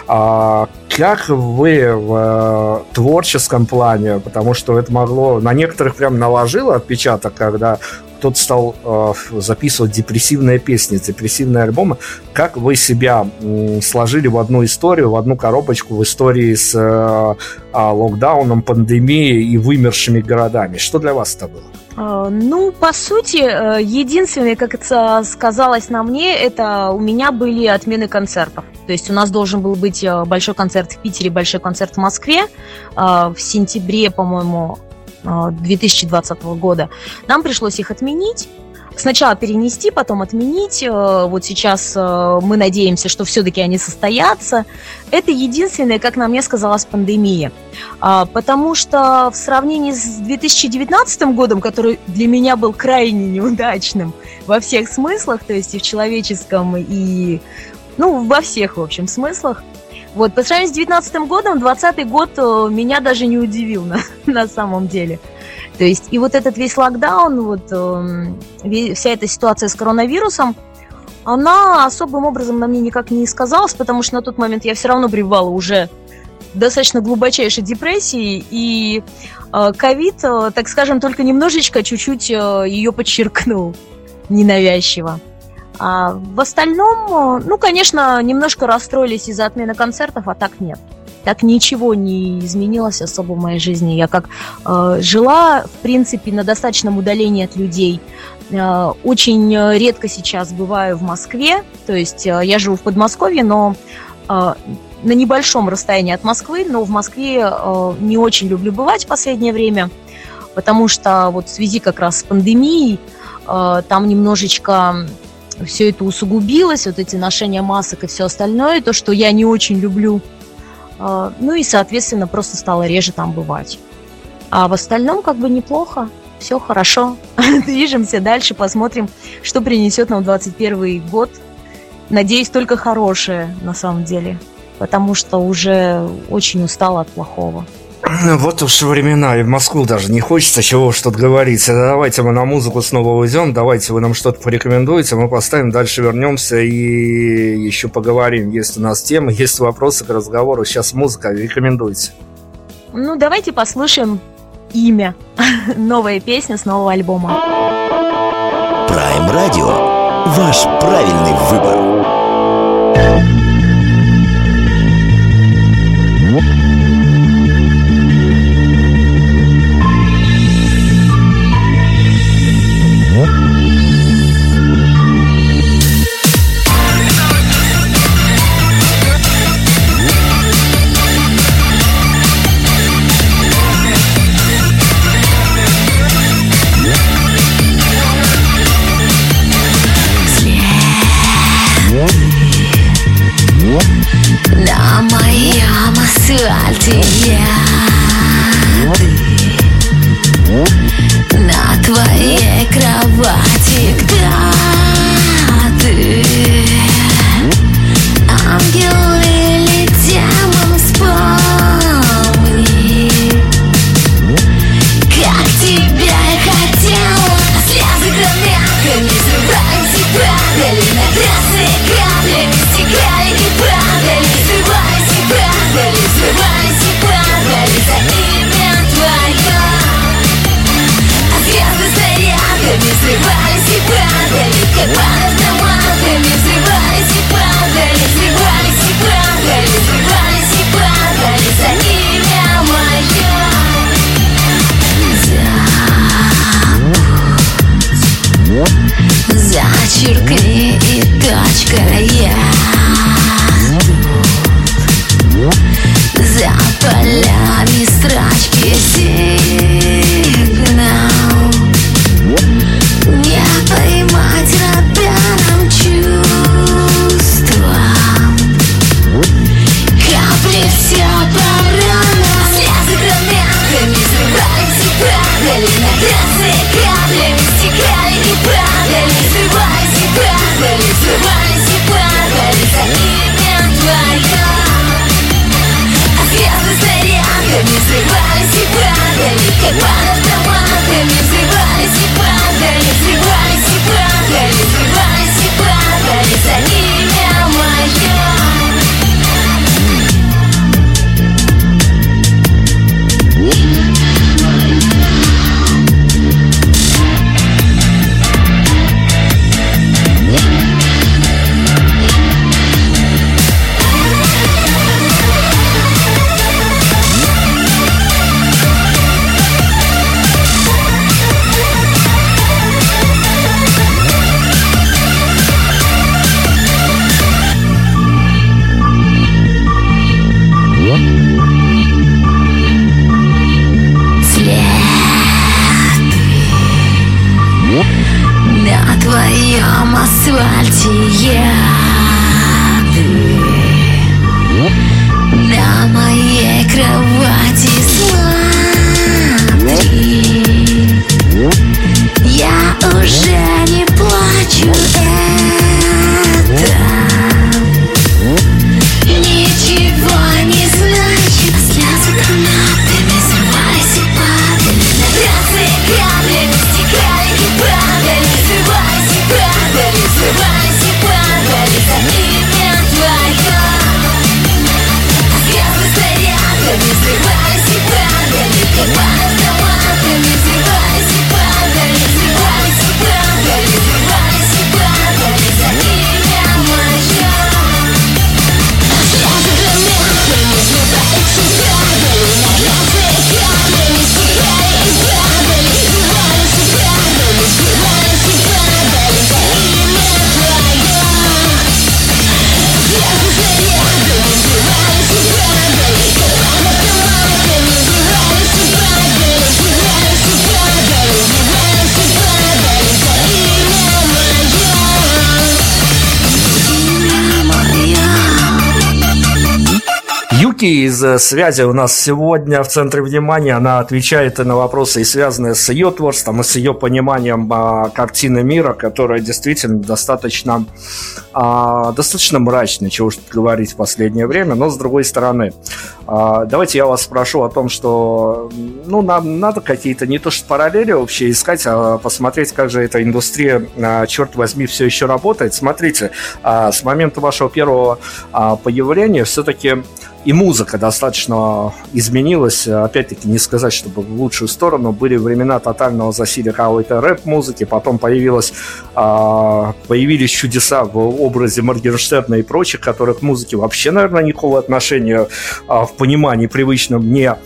А как вы в творческом плане, потому что это могло на некоторых прям наложило отпечаток, когда кто-то стал э, записывать депрессивные песни, депрессивные альбомы. Как вы себя э, сложили в одну историю, в одну коробочку в истории с э, э, локдауном, пандемией и вымершими городами? Что для вас это было? Ну, по сути, единственное, как это сказалось на мне, это у меня были отмены концертов. То есть у нас должен был быть большой концерт в Питере, большой концерт в Москве в сентябре, по-моему, две тысячи двадцатого года. Нам пришлось их отменить. Сначала перенести, потом отменить. Вот сейчас мы надеемся, что все-таки они состоятся. Это единственное, как на мне сказалась пандемия. Потому что в сравнении с две тысячи девятнадцатым годом, который для меня был крайне неудачным во всех смыслах, то есть и в человеческом, и ну, во всех, в общем, смыслах, вот, по сравнению с две тысячи девятнадцатым годом, двадцатый год меня даже не удивил на, на самом деле. То есть и вот этот весь локдаун, вот э, вся эта ситуация с коронавирусом, она особым образом на мне никак не сказалась, потому что на тот момент я все равно пребывала уже в достаточно глубочайшей депрессии, и ковид, э, так скажем, только немножечко, чуть-чуть э, ее подчеркнул ненавязчиво. А в остальном, ну, конечно, немножко расстроились из-за отмены концертов, а так нет. Так ничего не изменилось особо в моей жизни. Я как э, жила, в принципе, на достаточном удалении от людей. Э, очень редко сейчас бываю в Москве. То есть э, я живу в Подмосковье, но э, на небольшом расстоянии от Москвы. Но в Москве э, не очень люблю бывать в последнее время, потому что вот в связи как раз с пандемией э, там немножечко все это усугубилось, вот эти ношения масок и все остальное, то, что я не очень люблю. Ну и, соответственно, просто стало реже там бывать. А в остальном как бы неплохо, все хорошо. Движемся дальше, посмотрим, что принесет нам двадцать первый год. Надеюсь, только хорошее на самом деле, потому что уже очень устала от плохого. Вот уж времена, и в Москву даже не хочется чего что-то говорить. Давайте мы на музыку снова уйдем, давайте вы нам что-то порекомендуете, мы поставим, дальше вернемся и еще поговорим. Есть у нас темы, есть вопросы к разговору. Сейчас музыка, рекомендуйте. Ну, давайте послушаем «Имя». Новая песня с нового альбома. Prime Radio. Ваш правильный выбор. Yeah. асфальте я, ты на твоей кровати, когда ты ангел или демон, вспомни, как тебя я хотела. Слезы гранатами взрывались и падали, на красные каплями стекали и падали, взрывались и падали, взрывались и падали за имя твое. А звезды снарядами взрывались и падали, как под автоматами взрывались и падали, взрывались и падали, взрывались и падали за имя мое. Зачеркни и точка, я за полями строчки сигнал. Не поймать радаром чувствам, капли все порано. Слезы гранатами взрывались и падали, на красные каплями стекали и падали, взрывались и падали, взрывались и падали за имя твое. А звезды снарядами взрывались и падали, как под автоматами взрывались и падали, взрывались и падали, взрывались и падали за имя мое. На твоем асфальте я, ты на моей кровати, смотри, я уже не плачу, это ничего не значит. Слезы гранатами взрывались и падали, на красные каплями стекали и падали, взрывались и падали, взрывались и падали за имя твое. А звезды снарядами взрывались и падали, как под автоматами взрывались и падали, взрывались и падали, взрывались и падали за имя мое. А звезды гранатами взрывались и падали, на красные каплями стекали и падали, взрывались и падали, взрывались и падали за имя твое. Звезды снарядами взрывались и падали, как под автоматами взрывались и падали, взрывались и падали, взрывались и падали за имя мое. Имя мое. Юки из э, связи у нас сегодня в центре внимания. Она отвечает и на вопросы, и связанные с ее творчеством, и с ее пониманием а, картины мира, которая действительно достаточно, а, достаточно мрачная, чего уж говорить в последнее время. Но с другой стороны, а, давайте я вас спрошу о том, что ну, нам надо какие-то не то что параллели вообще искать, а посмотреть, как же эта индустрия, а, черт возьми, все еще работает. Смотрите, а, с момента вашего первого а, появления все-таки и музыка достаточно изменилась. Опять-таки, не сказать, чтобы в лучшую сторону. Были времена тотального засилия какой-то рэп-музыки. Потом появилось, а, появились чудеса в образе Моргенштерна и прочих, которые к музыке вообще, наверное, никакого отношения а, в понимании привычном не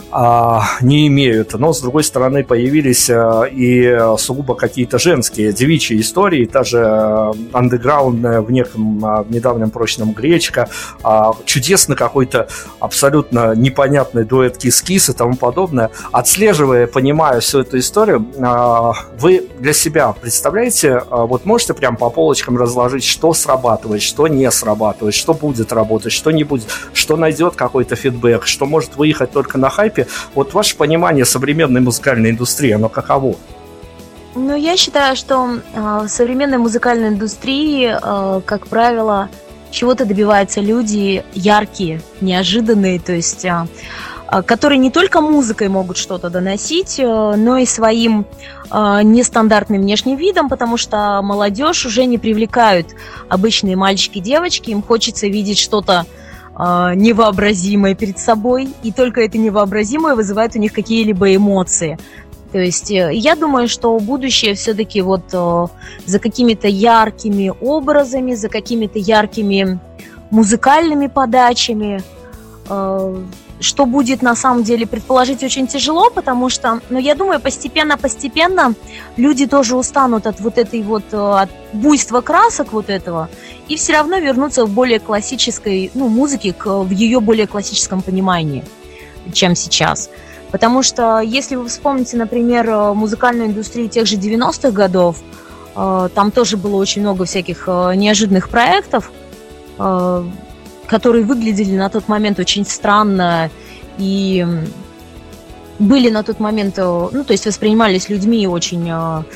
а, не имеют. Но, с другой стороны, появились а, и сугубо какие-то женские, девичьи истории, та же андеграундная в неком а, в недавнем прочном Гречка, а, чудесный какой-то абсолютно непонятный дуэт Кис-Кис и тому подобное. Отслеживая, понимая всю эту историю, а, вы для себя представляете, а, вот можете прям по полочкам разложить, что срабатывает, что не срабатывает, что будет работать, что не будет, что найдет какой-то фидбэк, что может выехать только на хайпе. Вот ваше понимание современной музыкальной индустрии, оно каково? Ну, я считаю, что э, в современной музыкальной индустрии, э, как правило, чего-то добиваются люди яркие, неожиданные, то есть э, э, которые не только музыкой могут что-то доносить, э, но и своим э, нестандартным внешним видом, потому что молодежь уже не привлекают обычные мальчики и девочки, им хочется видеть что-то э, невообразимое перед собой, и только это невообразимое вызывает у них какие-либо эмоции. То есть я думаю, что будущее все-таки вот э, за какими-то яркими образами, за какими-то яркими музыкальными подачами. Э, что будет на самом деле предположить очень тяжело, потому что, ну, я думаю, постепенно-постепенно люди тоже устанут от вот этой вот, от буйства красок вот этого, и все равно вернутся в более классической, ну, музыке, к, в ее более классическом понимании, чем сейчас. Потому что, если вы вспомните, например, музыкальную индустрию тех же девяностых годов, там тоже было очень много всяких неожиданных проектов, которые выглядели на тот момент очень странно и были на тот момент, ну, то есть воспринимались людьми очень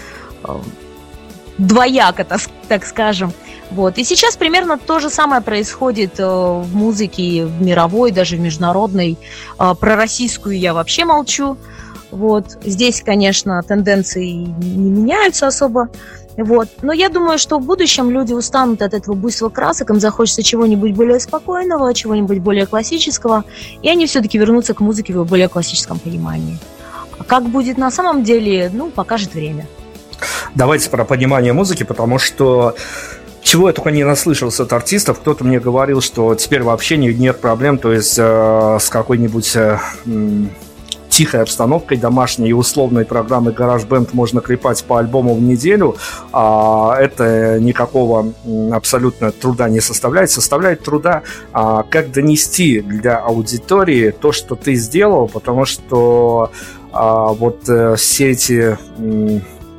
двояко, так скажем. Вот. И сейчас примерно то же самое происходит в музыке, в мировой, даже в международной. Про российскую я вообще молчу. Вот. Здесь, конечно, тенденции не меняются особо. Вот. Но я думаю, что в будущем люди устанут от этого буйства красок, им захочется чего-нибудь более спокойного, чего-нибудь более классического, и они все-таки вернутся к музыке в более классическом понимании. А как будет на самом деле, ну, покажет время. Давайте про понимание музыки, потому что чего я только не наслышался от артистов. Кто-то мне говорил, что теперь вообще нет проблем, то есть э, с какой-нибудь э, тихой обстановкой домашней и условной программы GarageBand можно клепать по альбому в неделю. А это никакого абсолютно труда не составляет. Составляет труда, а, как донести для аудитории то, что ты сделал, потому что а, вот э, все эти... М-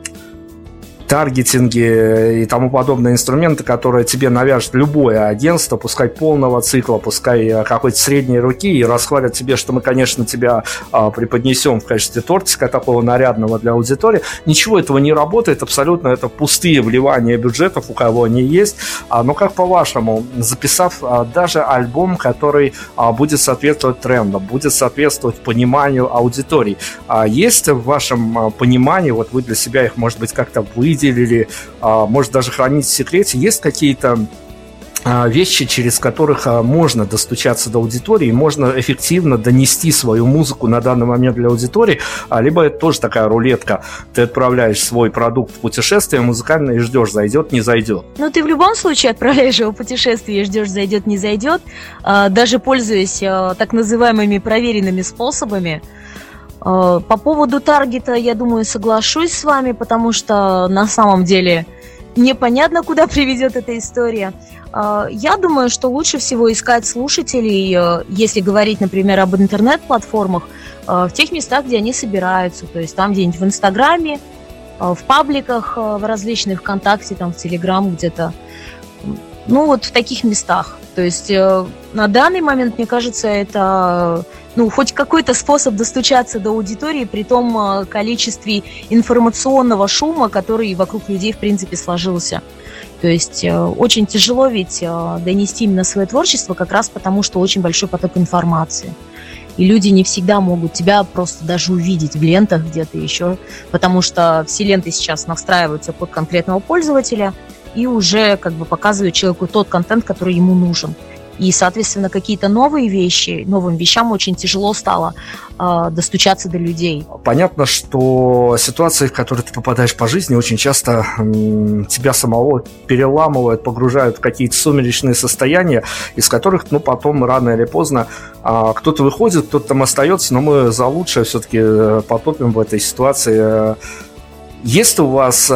таргетинги и тому подобные инструменты, которые тебе навяжет любое агентство, пускай полного цикла, пускай какой-то средней руки, и расхвалят тебе, что мы, конечно, тебя а, преподнесем в качестве тортика такого нарядного для аудитории. Ничего этого не работает, абсолютно это пустые вливания бюджетов, у кого они есть. А, но как по-вашему, записав а, даже альбом, который а, будет соответствовать трендам, будет соответствовать пониманию аудитории, а, есть в вашем а, понимании, вот вы для себя их, может быть, как-то выделили, или, может, даже хранить в секрете, есть какие-то вещи, через которых можно достучаться до аудитории, можно эффективно донести свою музыку на данный момент для аудитории, либо это тоже такая рулетка. Ты отправляешь свой продукт в путешествие музыкальное и ждешь, зайдет, не зайдет. Ну, ты в любом случае отправляешь его в путешествие и ждешь, зайдет, не зайдет, даже пользуясь так называемыми проверенными способами. По поводу таргета, я думаю, соглашусь с вами, потому что на самом деле непонятно, куда приведет эта история. Я думаю, что лучше всего искать слушателей, если говорить, например, об интернет-платформах, в тех местах, где они собираются, то есть там где-нибудь в Инстаграме, в пабликах, в различных ВКонтакте, там в Телеграм где-то, ну вот в таких местах. То есть на данный момент, мне кажется, это... ну, хоть какой-то способ достучаться до аудитории при том количестве информационного шума, который вокруг людей, в принципе, сложился. То есть очень тяжело ведь донести именно свое творчество, как раз потому, что очень большой поток информации. И люди не всегда могут тебя просто даже увидеть в лентах где-то еще, потому что все ленты сейчас настраиваются под конкретного пользователя и уже как бы показывают человеку тот контент, который ему нужен. И, соответственно, какие-то новые вещи, новым вещам очень тяжело стало э, достучаться до людей. Понятно, что ситуации, в которые ты попадаешь по жизни, очень часто м, тебя самого переламывают, погружают в какие-то сумеречные состояния, из которых, ну, потом, рано или поздно, э, кто-то выходит, кто-то там остается, но мы за лучшее все-таки э, потопим в этой ситуации. Э, Есть у вас,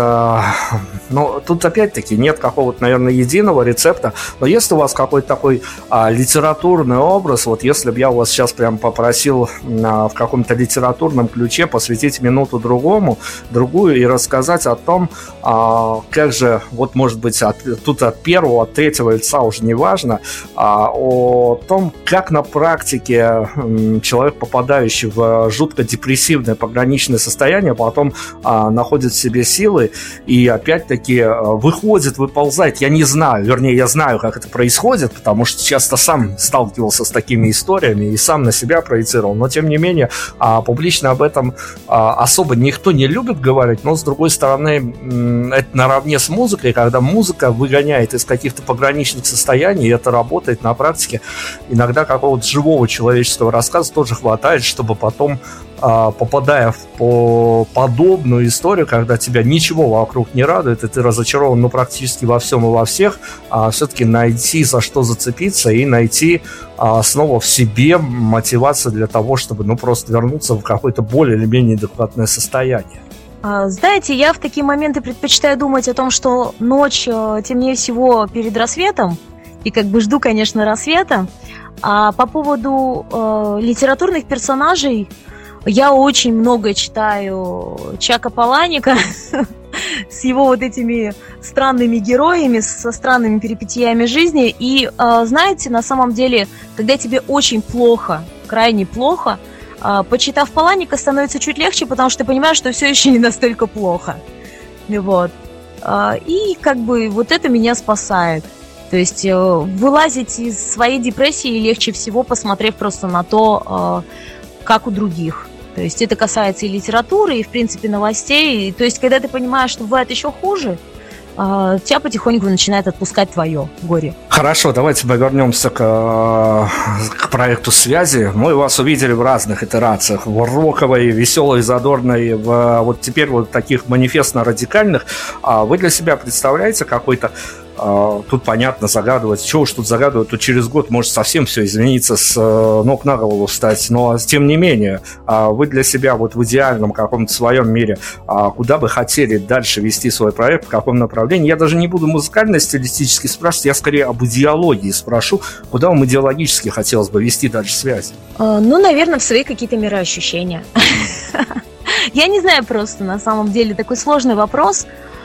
ну, тут опять-таки нет какого-то, наверное, единого рецепта, но есть у вас какой-то такой а, литературный образ, вот если бы я у вас сейчас прям попросил а, в каком-то литературном ключе посвятить минуту другому, другую и рассказать о том, а, как же, вот может быть, от, тут от первого, от третьего лица уже не важно, а, о том, как на практике м, человек, попадающий в жутко депрессивное пограничное состояние, потом а, находится в себе силы и опять-таки выходит, выползает. Я не знаю, вернее, я знаю, как это происходит, потому что часто сам сталкивался с такими историями и сам на себя проецировал, но тем не менее публично об этом особо никто не любит говорить, но с другой стороны это наравне с музыкой, когда музыка выгоняет из каких-то пограничных состояний, и это работает на практике. Иногда какого-то живого человеческого рассказа тоже хватает, чтобы потом, попадая в подобную историю, когда тебя ничего вокруг не радует, и ты разочарован, ну, практически во всем и во всех, а, все-таки найти, за что зацепиться, и найти а, снова в себе мотивацию для того, чтобы, ну, просто вернуться в какое-то более или менее адекватное состояние. Знаете, я в такие моменты предпочитаю думать о том, что ночь темнее всего перед рассветом, и как бы жду, конечно, рассвета. А по поводу э, литературных персонажей, я очень много читаю Чака Паланика с его вот этими странными героями, со странными перипетиями жизни. И, знаете, на самом деле, когда тебе очень плохо, крайне плохо, почитав Паланика, становится чуть легче, потому что ты понимаешь, что все еще не настолько плохо. Вот. И как бы вот это меня спасает. То есть вылазить из своей депрессии легче всего, посмотрев просто на то, как у других. То есть это касается и литературы, и, в принципе, новостей. То есть, когда ты понимаешь, что бывает еще хуже, тебя потихоньку начинает отпускать твое горе. Хорошо, давайте мы вернемся к, к проекту «Связи». Мы вас увидели в разных итерациях. В роковой, веселой, задорной, в, вот теперь вот таких манифестно-радикальных. Вы для себя представляете какой-то... Тут, понятно, загадывать. Чего уж тут загадывать, тут через год может совсем все измениться, с ног на голову встать. Но, тем не менее, вы для себя вот в идеальном каком-то своем мире, куда бы хотели дальше вести свой проект, в каком направлении. Я даже не буду музыкально-стилистически спрашивать, я скорее об идеологии спрошу. Куда вам идеологически хотелось бы вести дальше связь? Ну, наверное, в свои какие-то мироощущения. Я не знаю просто, на самом деле, такой сложный вопрос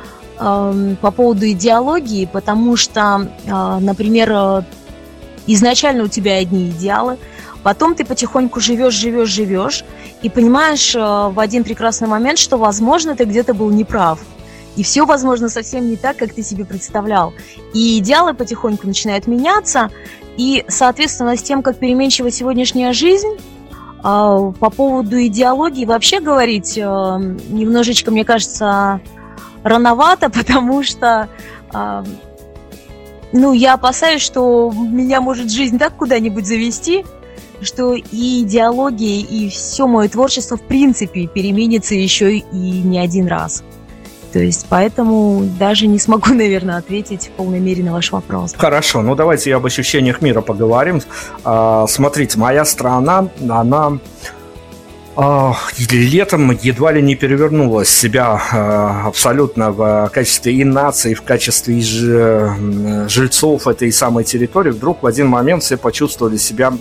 по поводу идеологии, потому что, например, изначально у тебя одни идеалы, потом ты потихоньку живешь, живешь, живешь, и понимаешь в один прекрасный момент, что, возможно, ты где-то был неправ. И все, возможно, совсем не так, как ты себе представлял. И идеалы потихоньку начинают меняться, и, соответственно, с тем, как переменчива сегодняшняя жизнь, по поводу идеологии вообще говорить немножечко, мне кажется, рановато, потому что, э, ну, я опасаюсь, что меня может жизнь так куда-нибудь завести, что и идеология, и все мое творчество, в принципе, переменится еще и не один раз. То есть, поэтому даже не смогу, наверное, ответить в полной мере на ваш вопрос. Хорошо, ну давайте и об ощущениях мира поговорим. А, смотрите, моя страна, она... летом едва ли не перевернула себя абсолютно в качестве и нации, в качестве жильцов этой самой территории. Вдруг в один момент все почувствовали себя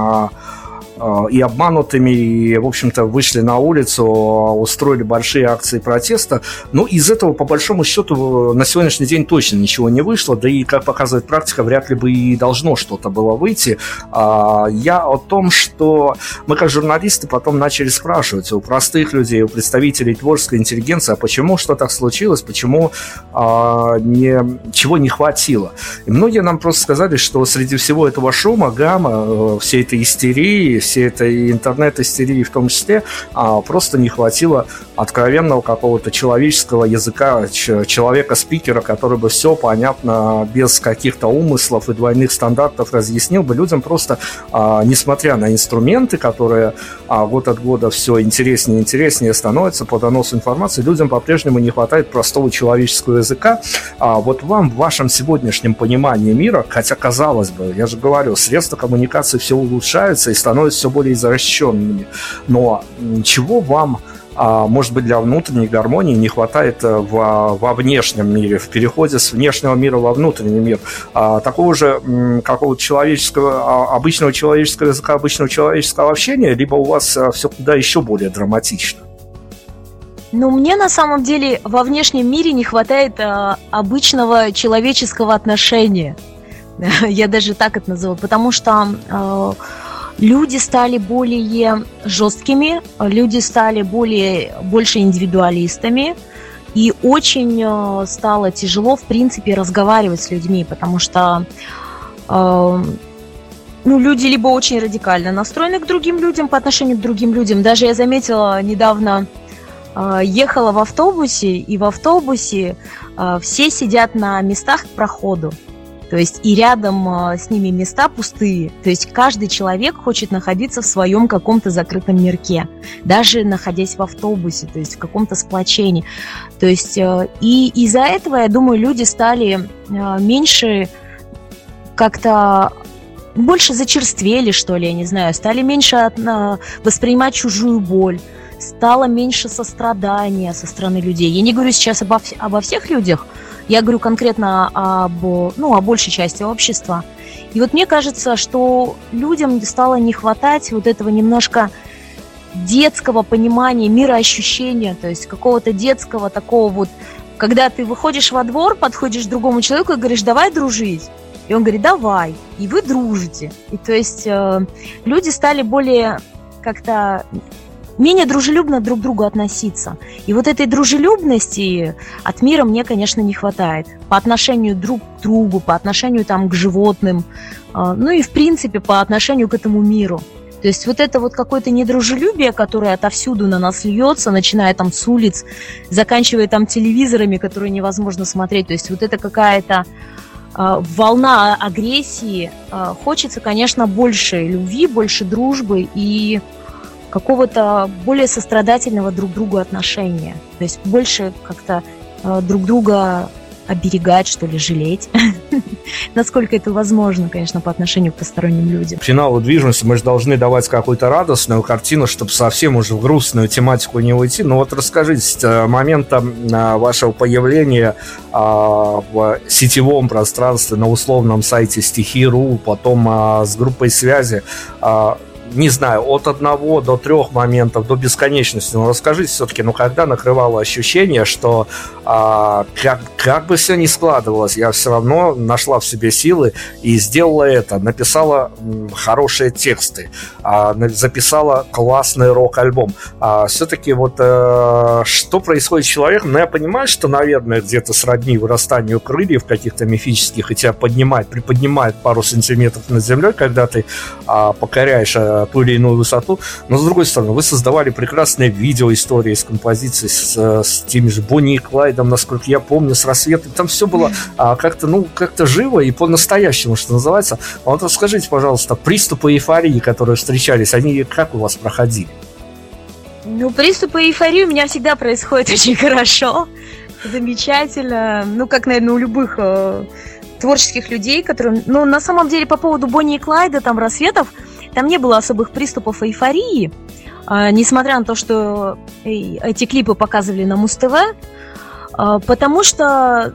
и обманутыми, и, в общем-то, вышли на улицу, устроили большие акции протеста. Но из этого, по большому счету, на сегодняшний день точно ничего не вышло, да и, как показывает практика, вряд ли бы и должно что-то было выйти. Я о том, что мы, как журналисты, потом начали спрашивать у простых людей, у представителей творческой интеллигенции, а почему, что так случилось, почему не, чего не хватило. И многие нам просто сказали, что среди всего этого шума, гамма, всей этой истерии, всей этой интернет-истерии в том числе, а, просто не хватило откровенного какого-то человеческого языка, человека-спикера, который бы все понятно, без каких-то умыслов и двойных стандартов разъяснил бы людям просто, а, несмотря на инструменты, которые а, год от года все интереснее и интереснее становятся по доносу информации, людям по-прежнему не хватает простого человеческого языка. А вот вам в вашем сегодняшнем понимании мира, хотя, казалось бы, я же говорю, средства коммуникации все улучшаются и становятся все более изощренными, но чего вам, может быть, для внутренней гармонии не хватает во, во внешнем мире, в переходе с внешнего мира во внутренний мир? Такого же какого-то человеческого, обычного человеческого языка, обычного человеческого общения, либо у вас все куда еще более драматично? Ну, мне на самом деле во внешнем мире не хватает а, обычного человеческого отношения. Я даже так это назову, потому что а, люди стали более жесткими, люди стали более, больше индивидуалистами, и очень а, стало тяжело, в принципе, разговаривать с людьми, потому что а, ну, люди либо очень радикально настроены к другим людям, по отношению к другим людям. Даже я заметила недавно, ехала в автобусе, и в автобусе э, все сидят на местах к проходу. То есть и рядом э, с ними места пустые. То есть каждый человек хочет находиться в своем каком-то закрытом мирке, даже находясь в автобусе, то есть в каком-то сплочении. То есть э, и из-за этого, я думаю, люди стали э, меньше как-то... больше зачерствели, что ли, я не знаю, стали меньше от, э, воспринимать чужую боль. Стало меньше сострадания со стороны людей. Я не говорю сейчас обо, обо всех людях, я говорю конкретно об, ну, о большей части общества. И вот мне кажется, что людям стало не хватать вот этого немножко детского понимания, мироощущения, то есть какого-то детского такого вот, когда ты выходишь во двор, подходишь к другому человеку и говоришь: давай дружить. И он говорит: давай. И вы дружите. И то есть э, люди стали более как-то... менее дружелюбно друг к другу относиться. И вот этой дружелюбности от мира мне, конечно, не хватает. По отношению друг к другу, по отношению там, к животным, ну и, в принципе, по отношению к этому миру. То есть вот это вот какое-то недружелюбие, которое отовсюду на нас льется, начиная там с улиц, заканчивая там телевизорами, которые невозможно смотреть. То есть вот это какая-то волна агрессии. Хочется, конечно, больше любви, больше дружбы и какого-то более сострадательного друг к другу отношения. То есть больше как-то э, друг друга оберегать, что ли, жалеть. Насколько это возможно, конечно, по отношению к посторонним людям. К финалу движемся, мы же должны давать какую-то радостную картину, чтобы совсем уже в грустную тематику не уйти. Но вот расскажите, с момента вашего появления в сетевом пространстве на условном сайте стихи точка ру, потом с группой связи, не знаю, от одного до трех моментов, до бесконечности. Но расскажите все-таки, ну когда накрывало ощущение, что а, как, как бы все ни складывалось, я все равно нашла в себе силы и сделала это. Написала м, хорошие тексты, а, записала классный рок-альбом. А, все-таки вот а, что происходит с человеком? Ну, я понимаю, что, наверное, где-то сродни вырастанию крыльев каких-то мифических, и тебя поднимает, приподнимает пару сантиметров над землей, когда ты а, покоряешь а, ту или иную высоту, но с другой стороны, вы создавали прекрасные видео-истории с композицией с, с теми же Бонни и Клайдом, насколько я помню, с «Рассветом». Там все было а, как-то, ну, как-то живо и по-настоящему, что называется. А вот расскажите, пожалуйста, приступы эйфории, которые встречались, они как у вас проходили? Ну, приступы эйфории у меня всегда происходят очень хорошо, замечательно, ну, как, наверное, у любых э, творческих людей, которые... Ну, на самом деле, по поводу Бонни и Клайда, там, «Рассветов», там не было особых приступов эйфории, а, несмотря на то, что эти клипы показывали на Муз-ТВ, а, потому что,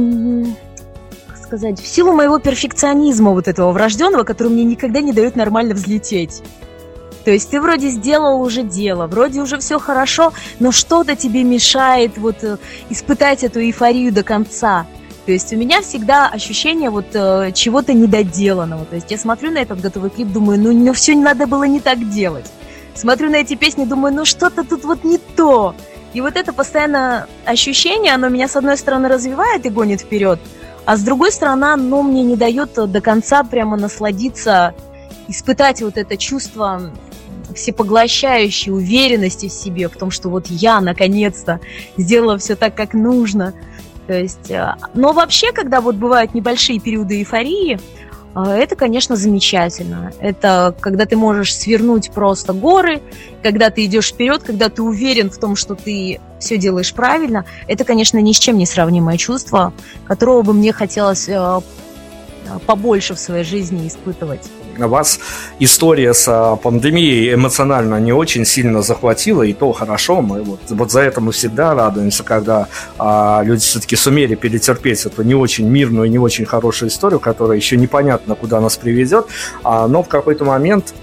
как сказать, в силу моего перфекционизма вот этого врожденного, который мне никогда не дает нормально взлететь. То есть ты вроде сделал уже дело, вроде уже все хорошо, но что-то тебе мешает вот испытать эту эйфорию до конца. То есть у меня всегда ощущение вот э, чего-то недоделанного. То есть я смотрю на этот готовый клип, думаю, ну, ну все надо было не так делать. Смотрю на эти песни, думаю, ну что-то тут вот не то. И вот это постоянно ощущение, оно меня с одной стороны развивает и гонит вперед, а с другой стороны, оно мне не дает до конца прямо насладиться испытать вот это чувство всепоглощающей уверенности в себе, в том, что вот я наконец-то сделала все так, как нужно. То есть, но вообще, когда вот бывают небольшие периоды эйфории, это, конечно, замечательно. Это когда ты можешь свернуть просто горы, когда ты идешь вперед, когда ты уверен в том, что ты все делаешь правильно. Это, конечно, ни с чем не сравнимое чувство, которого бы мне хотелось побольше в своей жизни испытывать. Вас история с пандемией эмоционально не очень сильно захватила, и то хорошо. Мы вот, вот за это мы всегда радуемся, когда а, люди все-таки сумели перетерпеть эту не очень мирную, не очень хорошую историю, которая еще непонятно, куда нас приведет. А, но в какой-то момент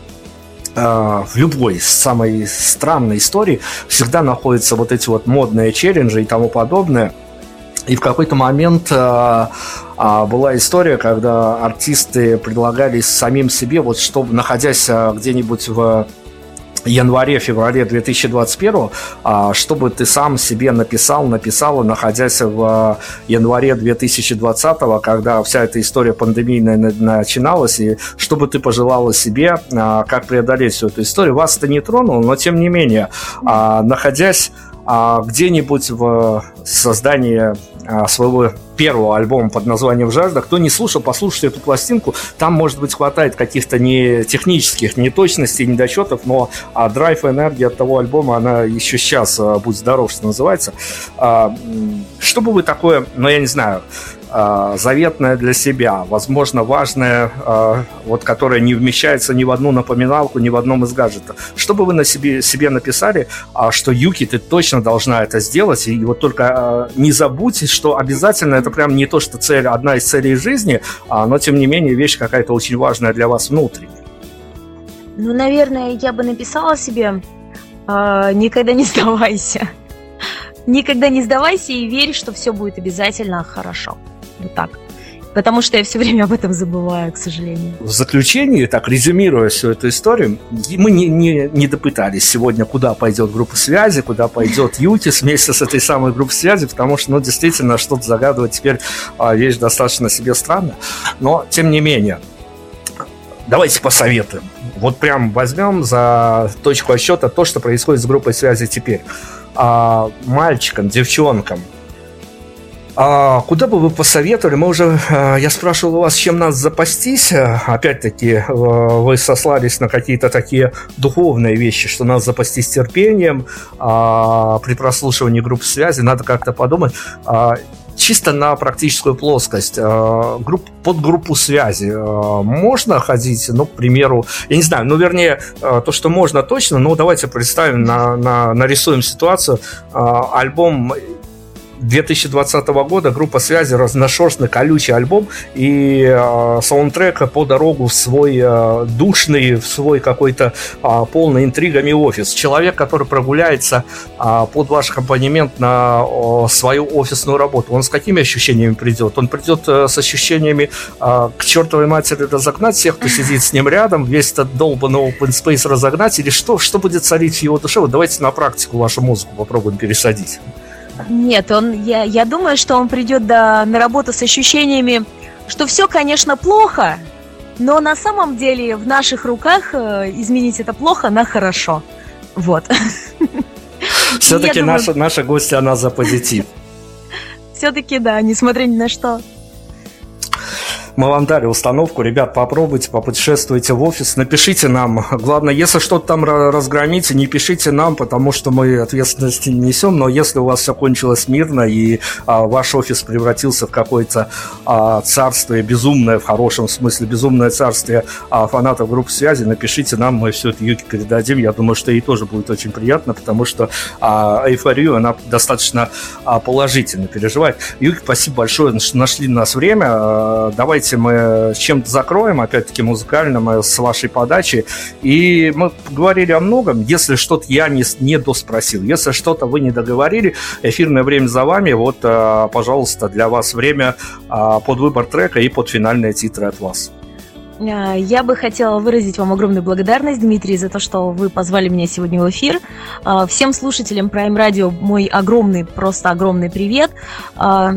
а, в любой самой странной истории всегда находятся вот эти вот модные челленджи и тому подобное. И в какой-то момент а, а, была история, когда артисты предлагали самим себе, вот чтобы, находясь а, где-нибудь в январе-феврале две тысячи двадцать первого, а, чтобы ты сам себе написал, написала, находясь в январе две тысячи двадцатого, когда вся эта история пандемийная начиналась, и чтобы ты пожелала себе, а, как преодолеть всю эту историю. Вас это не тронуло, но тем не менее, а, находясь а, где-нибудь в создании своего первого альбома под названием «Жажда». Кто не слушал, послушайте эту пластинку. Там, может быть, хватает каких-то не технических неточностей, недочетов, но а, драйв и энергия от того альбома, она еще сейчас, а, будь здоров, что называется. А, что бы вы такое, ну, я не знаю, а, заветное для себя, возможно, важное, а, вот, которое не вмещается ни в одну напоминалку, ни в одном из гаджетов. Что бы вы на себе, себе написали, а, что Юки, ты точно должна это сделать, и вот только а, не забудь, что обязательно это прям не то, что цель, одна из целей жизни, а, но, тем не менее, вещь какая-то очень важная для вас внутренне. Ну, наверное, я бы написала себе э, «Никогда не сдавайся». Никогда не сдавайся и верь, что все будет обязательно хорошо. Вот так. Потому что я все время об этом забываю, к сожалению. В заключении, так резюмируя всю эту историю, мы не, не, не допытались сегодня, куда пойдет группа связи, куда пойдет Юки вместе с этой самой группой связи, потому что, ну, действительно, что-то загадывать теперь а, вещь достаточно себе странная. Но, тем не менее, давайте посоветуем. Вот прям возьмем за точку отсчета то, что происходит с группой связи теперь. А, мальчикам, девчонкам, а куда бы вы посоветовали? Мы уже, я спрашивал у вас, чем нас запастись. Опять-таки, вы сослались на какие-то такие духовные вещи, что нас запастись терпением. А при прослушивании группы связи надо как-то подумать. Чисто на практическую плоскость. Групп, под группу связи можно ходить, ну, к примеру, я не знаю, ну, вернее, то, что можно точно, но давайте представим, на, на, нарисуем ситуацию. Альбом две тысячи двадцатого года, группа связи, разношерстный, колючий альбом, и э, саундтрек по дорогу в свой э, душный, в свой какой-то э, полный интригами офис. Человек, который прогуляется э, под ваш аккомпанемент на э, свою офисную работу, он с какими ощущениями придет? Он придет э, с ощущениями э, к чертовой матери разогнать всех, кто сидит с ним рядом, весь этот долбанный open space разогнать, или что, что будет царить в его душе? Вот давайте на практику вашу музыку попробуем пересадить. Нет, он, я, я думаю, что он придет до, на работу с ощущениями, что все, конечно, плохо, но на самом деле в наших руках э, изменить это плохо на хорошо. Вот. Все-таки думаю... наша, наша гостья, она за позитив. Все-таки да, несмотря ни на что. Мы вам дали установку. Ребят, попробуйте, попутешествуйте в офис, напишите нам. Главное, если что-то там разгромите, не пишите нам, потому что мы ответственности не несем. Но если у вас все кончилось мирно и а, ваш офис превратился в какое-то а, царствие безумное, в хорошем смысле, безумное царствие а, фанатов группы связи, напишите нам, мы все это Юке передадим. Я думаю, что ей тоже будет очень приятно, потому что а, эйфорию она достаточно а, положительно переживает. Юке, спасибо большое, что нашли на нас время. А, давайте мы с чем-то закроем, опять-таки музыкально, с вашей подачи. И мы поговорили о многом. Если что-то я не, не доспросил, если что-то вы не договорили, эфирное время за вами. Вот, пожалуйста, для вас время под выбор трека и под финальные титры от вас. Я бы хотела выразить вам огромную благодарность, Дмитрий, за то, что вы позвали меня сегодня в эфир. Всем слушателям Prime Radio мой огромный, просто огромный привет.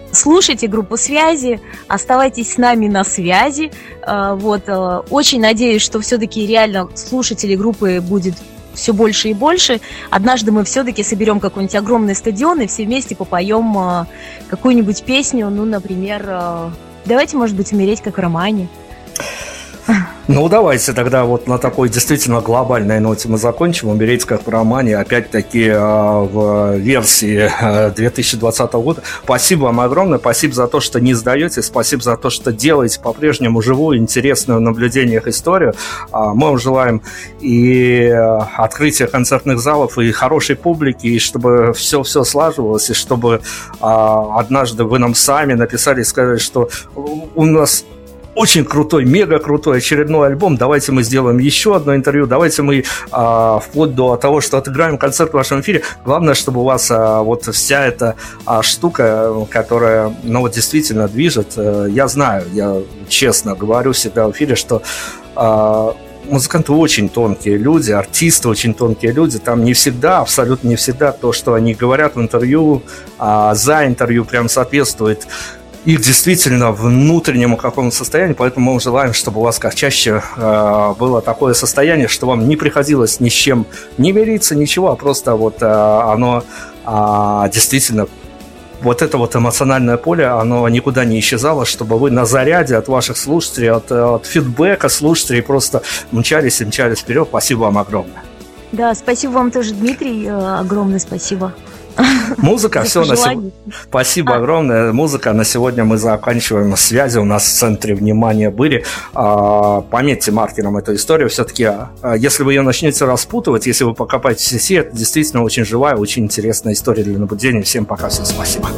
слушайте группу «Связи», оставайтесь с нами на связи. Вот, очень надеюсь, что все-таки реально слушателей группы будет все больше и больше. Однажды мы все-таки соберем какой-нибудь огромный стадион и все вместе попоем какую-нибудь песню, ну, например, «Давайте, может быть, умереть, как в романе». Ну, давайте тогда вот на такой действительно глобальной ноте мы закончим. «Умереть, как в романе», опять-таки в версии две тысячи двадцатого года. Спасибо вам огромное, спасибо за то, что не сдаетесь, спасибо за то, что делаете по-прежнему живую, интересную в наблюдениях историю. Мы вам желаем и открытия концертных залов, и хорошей публики, и чтобы все-все слаживалось, и чтобы однажды вы нам сами написали и сказали, что у нас очень крутой, мега крутой очередной альбом. Давайте мы сделаем еще одно интервью. Давайте мы а, вплоть до того, что отыграем концерт в вашем эфире. Главное, чтобы у вас а, вот вся эта а, штука, которая, ну вот действительно движет. А, я знаю, я честно говорю всегда в эфире, что а, музыканты очень тонкие люди, артисты очень тонкие люди. Там не всегда, абсолютно не всегда то, что они говорят в интервью, а, за интервью прям соответствует их действительно внутреннему какому-то состоянию, поэтому мы желаем, чтобы у вас как чаще э, было такое состояние, что вам не приходилось ни с чем не мириться, ничего, а просто вот э, оно э, действительно, вот это вот эмоциональное поле, оно никуда не исчезало, чтобы вы на заряде от ваших слушателей, от, от фидбэка слушателей просто мчались и мчались вперед. Спасибо вам огромное. Да, спасибо вам тоже, Дмитрий, огромное спасибо. Музыка, все на сегодня. Спасибо а. огромное. Музыка на сегодня мы заканчиваем. Связи у нас в центре внимания были. А, пометьте маркером эту историю. Все-таки, а, если вы ее начнете распутывать, если вы покопаете в сети, это действительно очень живая, очень интересная история для наблюдения. Всем пока, всем спасибо.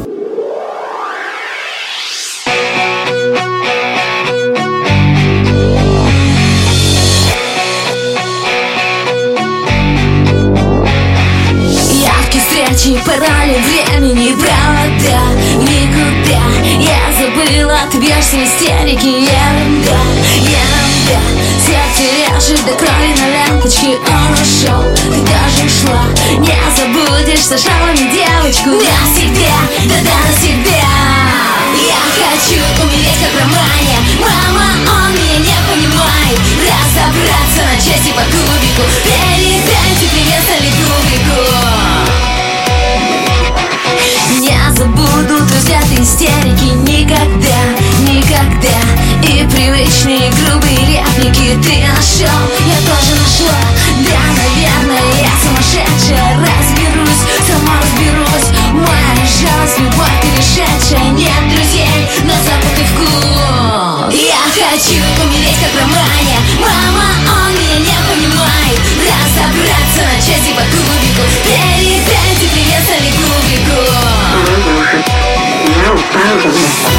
Парали времени, правда, никуда. Я забыла, ты бьешься истерики, ерунда, ерунда. Сердце режет до крови на ленточке, он ушел, ты даже шла. Не забудешь сошалами девочку навсегда, да-да, навсегда. Я хочу умереть, как в романе. Мама, он меня не понимает. Разобраться на части по кубику. Передайте привет Соликубику. Не забуду друзья истерики никогда, никогда. И привычные грубые реплики ты нашел, я тоже нашла. Да, наверное, я сумасшедшая. Разберусь, сама разберусь. Моя жалость, любовь перешедшая. Нет друзей, но запах и вкус. Я хочу умереть, как в романе. Мама, он меня не понимает. Разобраться на части по кубику. Передайте привет Соликубику. Now,